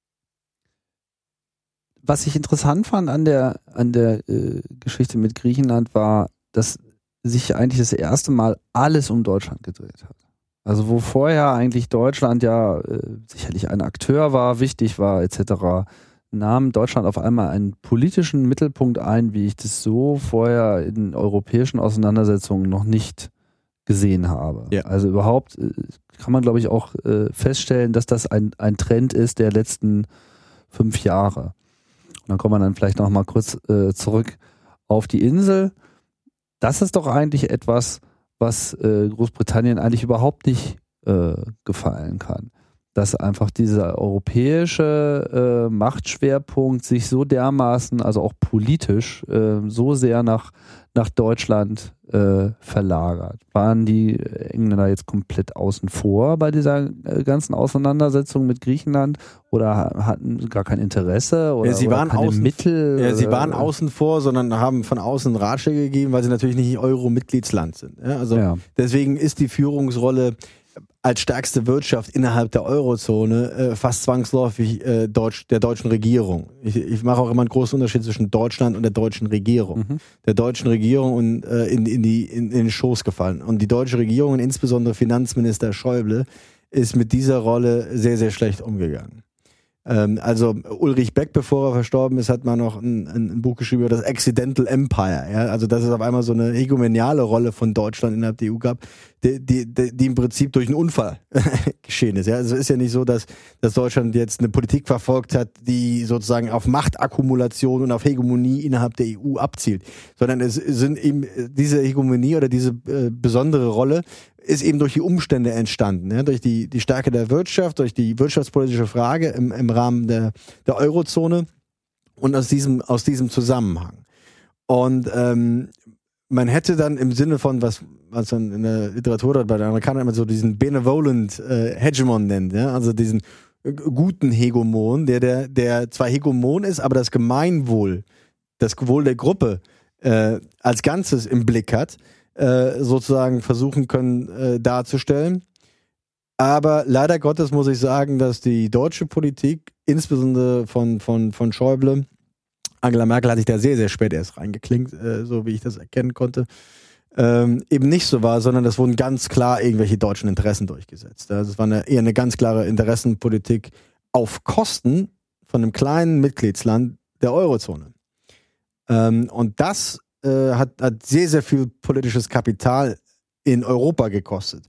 Was ich interessant fand an der Geschichte mit Griechenland war, dass sich eigentlich das erste Mal alles um Deutschland gedreht hat. Also wo vorher eigentlich Deutschland ja sicherlich ein Akteur war, wichtig war etc., nahm Deutschland auf einmal einen politischen Mittelpunkt ein, wie ich das so vorher in europäischen Auseinandersetzungen noch nicht gesehen habe. Ja. Also überhaupt kann man, glaube ich, auch feststellen, dass das ein Trend ist der letzten 5 Jahre. Und dann kommt man dann vielleicht noch mal kurz zurück auf die Insel. Das ist doch eigentlich etwas, was Großbritannien eigentlich überhaupt nicht gefallen kann. Dass einfach dieser europäische Machtschwerpunkt sich so dermaßen, also auch politisch, so sehr nach Deutschland verlagert. Waren die Engländer jetzt komplett außen vor bei dieser ganzen Auseinandersetzung mit Griechenland oder hatten gar kein Interesse oder, sie waren keine Mittel? Ja, sie waren außen vor, sondern haben von außen Ratschläge gegeben, weil sie natürlich nicht Euro-Mitgliedsland sind. Ja, also deswegen ist die Führungsrolle als stärkste Wirtschaft innerhalb der Eurozone fast zwangsläufig der deutschen Regierung. Ich mache auch immer einen großen Unterschied zwischen Deutschland und der deutschen Regierung. Der deutschen Regierung und in den Schoß gefallen. Und die deutsche Regierung und insbesondere Finanzminister Schäuble ist mit dieser Rolle sehr, sehr schlecht umgegangen. Also Ulrich Beck, bevor er verstorben ist, hat mal noch ein Buch geschrieben über das Accidental Empire. Ja? Also dass es auf einmal so eine hegemoniale Rolle von Deutschland innerhalb der EU gab, die im Prinzip durch einen Unfall geschehen ist. Ja? Also es ist ja nicht so, dass Deutschland jetzt eine Politik verfolgt hat, die sozusagen auf Machtakkumulation und auf Hegemonie innerhalb der EU abzielt, sondern es sind eben diese Hegemonie oder diese besondere Rolle ist eben durch die Umstände entstanden, ja? Durch die Stärke der Wirtschaft, durch die wirtschaftspolitische Frage im Rahmen der Eurozone und aus diesem Zusammenhang. Und man hätte dann im Sinne von, was man in der Literatur bei den Amerikanern immer so diesen Benevolent Hegemon nennt, ja? Also diesen guten Hegemon, der zwar Hegemon ist, aber das Gemeinwohl, das Wohl der Gruppe als Ganzes im Blick hat, sozusagen versuchen können darzustellen. Aber leider Gottes muss ich sagen, dass die deutsche Politik, insbesondere von Schäuble, Angela Merkel hat sich da sehr, sehr spät erst reingeklinkt, so wie ich das erkennen konnte, eben nicht so war, sondern es wurden ganz klar irgendwelche deutschen Interessen durchgesetzt. Also es war eher eine ganz klare Interessenpolitik auf Kosten von einem kleinen Mitgliedsland der Eurozone. Und das hat sehr, sehr viel politisches Kapital in Europa gekostet.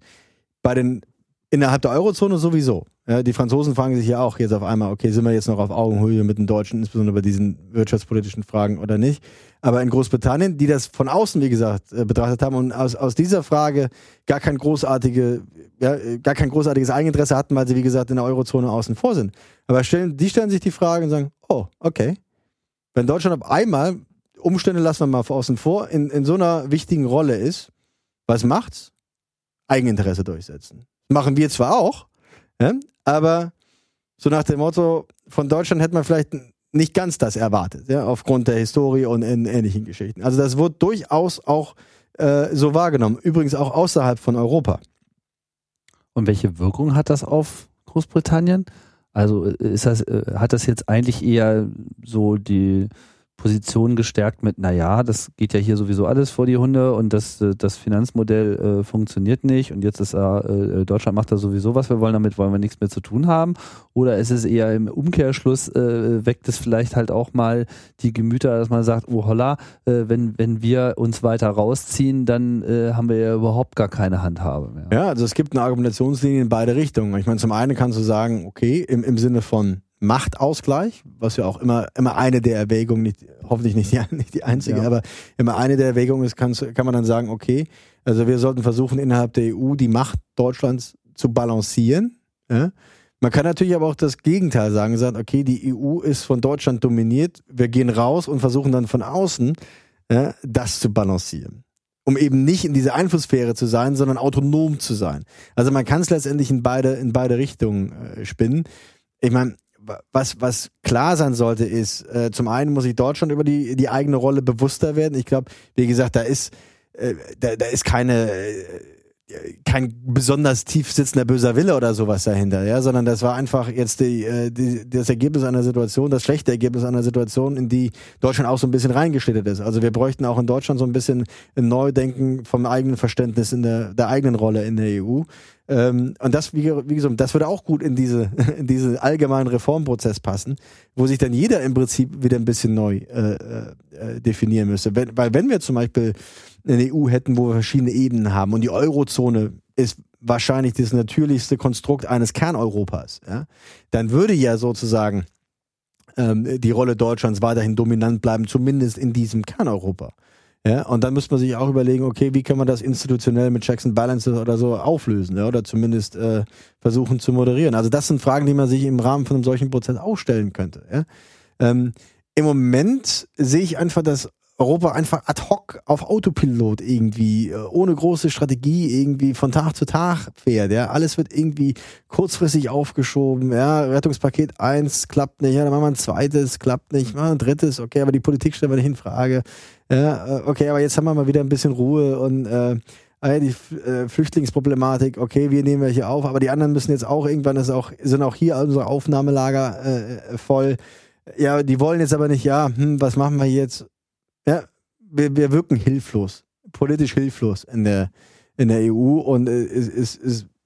Innerhalb der Eurozone sowieso. Ja, die Franzosen fragen sich ja auch jetzt auf einmal, okay, sind wir jetzt noch auf Augenhöhe mit den Deutschen, insbesondere bei diesen wirtschaftspolitischen Fragen oder nicht. Aber in Großbritannien, die das von außen, wie gesagt, betrachtet haben und aus dieser Frage gar kein großartiges Eigeninteresse hatten, weil sie, wie gesagt, in der Eurozone außen vor sind. Aber die stellen sich die Frage und sagen, oh, okay, wenn Deutschland auf einmal, Umstände lassen wir mal außen vor, in so einer wichtigen Rolle ist, was macht's? Eigeninteresse durchsetzen. Machen wir zwar auch, ja, aber so nach dem Motto, von Deutschland hätte man vielleicht nicht ganz das erwartet, ja, aufgrund der Historie und in ähnlichen Geschichten. Also das wird durchaus auch so wahrgenommen, übrigens auch außerhalb von Europa. Und welche Wirkung hat das auf Großbritannien? Also hat das jetzt eigentlich eher so die Position gestärkt mit, naja, das geht ja hier sowieso alles vor die Hunde und das Finanzmodell funktioniert nicht und jetzt ist Deutschland macht da sowieso was, wollen wir nichts mehr zu tun haben? Oder ist es eher im Umkehrschluss, weckt es vielleicht halt auch mal die Gemüter, dass man sagt, oh holla, wenn wir uns weiter rausziehen, dann haben wir ja überhaupt gar keine Handhabe mehr. Ja, also es gibt eine Argumentationslinie in beide Richtungen. Ich meine, zum einen kannst du sagen, okay, im Sinne von Machtausgleich, was ja auch immer eine der Erwägungen, hoffentlich nicht die einzige, ja, aber immer eine der Erwägungen ist, kann man dann sagen, okay, also wir sollten versuchen, innerhalb der EU die Macht Deutschlands zu balancieren. Ja? Man kann natürlich aber auch das Gegenteil sagen, okay, die EU ist von Deutschland dominiert, wir gehen raus und versuchen dann von außen das zu balancieren. Um eben nicht in dieser Einflusssphäre zu sein, sondern autonom zu sein. Also man kann es letztendlich in beide Richtungen spinnen. Ich meine, was klar sein sollte, ist, zum einen muss sich Deutschland über die eigene Rolle bewusster werden. Ich glaube, wie gesagt, da ist kein besonders tief sitzender böser Wille oder sowas dahinter, ja, sondern das war einfach jetzt das Ergebnis einer Situation, das schlechte Ergebnis einer Situation, in die Deutschland auch so ein bisschen reingeschlittert ist. Also wir bräuchten auch in Deutschland so ein bisschen ein Neudenken vom eigenen Verständnis in der eigenen Rolle in der EU. Und das, wie gesagt, das würde auch gut in diese allgemeinen Reformprozess passen, wo sich dann jeder im Prinzip wieder ein bisschen neu definieren müsste. Weil wenn wir zum Beispiel eine EU hätten, wo wir verschiedene Ebenen haben und die Eurozone ist wahrscheinlich das natürlichste Konstrukt eines Kerneuropas, ja, dann würde ja sozusagen die Rolle Deutschlands weiterhin dominant bleiben, zumindest in diesem Kerneuropa. Ja, und dann müsste man sich auch überlegen, okay, wie kann man das institutionell mit Checks and Balances oder so auflösen, ja, oder zumindest versuchen zu moderieren. Also das sind Fragen, die man sich im Rahmen von einem solchen Prozess auch stellen könnte. Ja. Im Moment sehe ich einfach, dass Europa einfach ad hoc auf Autopilot irgendwie, ohne große Strategie irgendwie von Tag zu Tag fährt. Ja. Alles wird irgendwie kurzfristig aufgeschoben. Ja. Rettungspaket 1 klappt nicht, ja, dann machen wir ein zweites, klappt nicht, machen wir ein drittes, okay, aber die Politik stellen wir nicht in Frage. Ja, okay, aber jetzt haben wir mal wieder ein bisschen Ruhe und die Flüchtlingsproblematik, okay, wir nehmen welche auf, aber die anderen müssen jetzt auch irgendwann, sind auch hier unsere Aufnahmelager voll. Ja, die wollen jetzt aber nicht, was machen wir jetzt? Ja, wir wirken hilflos, politisch hilflos in der EU und es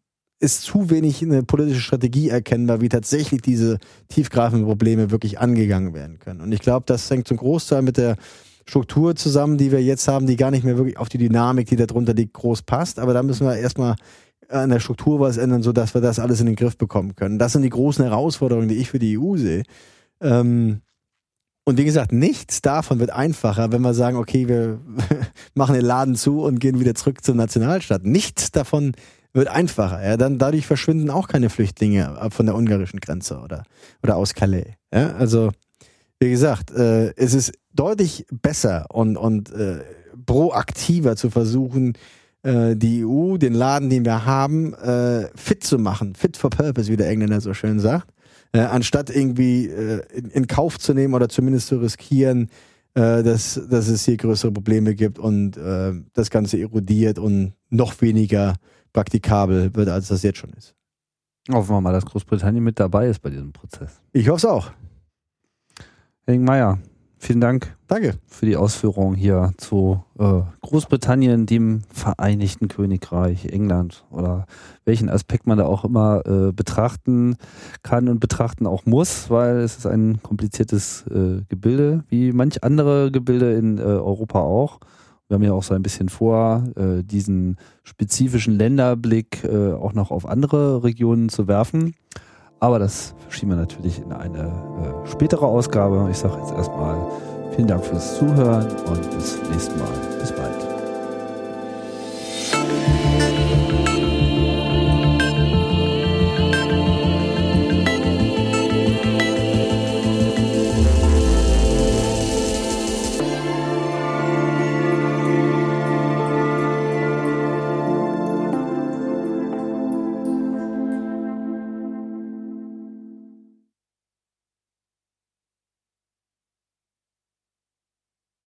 ist zu wenig eine politische Strategie erkennbar, wie tatsächlich diese tiefgreifenden Probleme wirklich angegangen werden können. Und ich glaube, das hängt zum Großteil mit der Struktur zusammen, die wir jetzt haben, die gar nicht mehr wirklich auf die Dynamik, die da drunter liegt, groß passt. Aber da müssen wir erstmal an der Struktur was ändern, sodass wir das alles in den Griff bekommen können. Das sind die großen Herausforderungen, die ich für die EU sehe. Und wie gesagt, nichts davon wird einfacher, wenn wir sagen, okay, wir machen den Laden zu und gehen wieder zurück zum Nationalstaat. Nichts davon wird einfacher. Ja? Dann dadurch verschwinden auch keine Flüchtlinge von der ungarischen Grenze oder aus Calais. Ja? Also wie gesagt, es ist deutlich besser und proaktiver zu versuchen, die EU, den Laden, den wir haben, fit zu machen. Fit for purpose, wie der Engländer so schön sagt. Anstatt irgendwie in Kauf zu nehmen oder zumindest zu riskieren, dass es hier größere Probleme gibt und das Ganze erodiert und noch weniger praktikabel wird, als das jetzt schon ist. Hoffen wir mal, dass Großbritannien mit dabei ist bei diesem Prozess. Ich hoffe es auch. Henning Meyer, vielen Dank. Danke. Für die Ausführungen hier zu Großbritannien, dem Vereinigten Königreich, England oder welchen Aspekt man da auch immer betrachten kann und betrachten auch muss, weil es ist ein kompliziertes Gebilde, wie manch andere Gebilde in Europa auch. Wir haben ja auch so ein bisschen vor, diesen spezifischen Länderblick auch noch auf andere Regionen zu werfen. Aber das verschieben wir natürlich in eine spätere Ausgabe. Ich sage jetzt erstmal vielen Dank fürs Zuhören und bis zum nächsten Mal. Bis bald.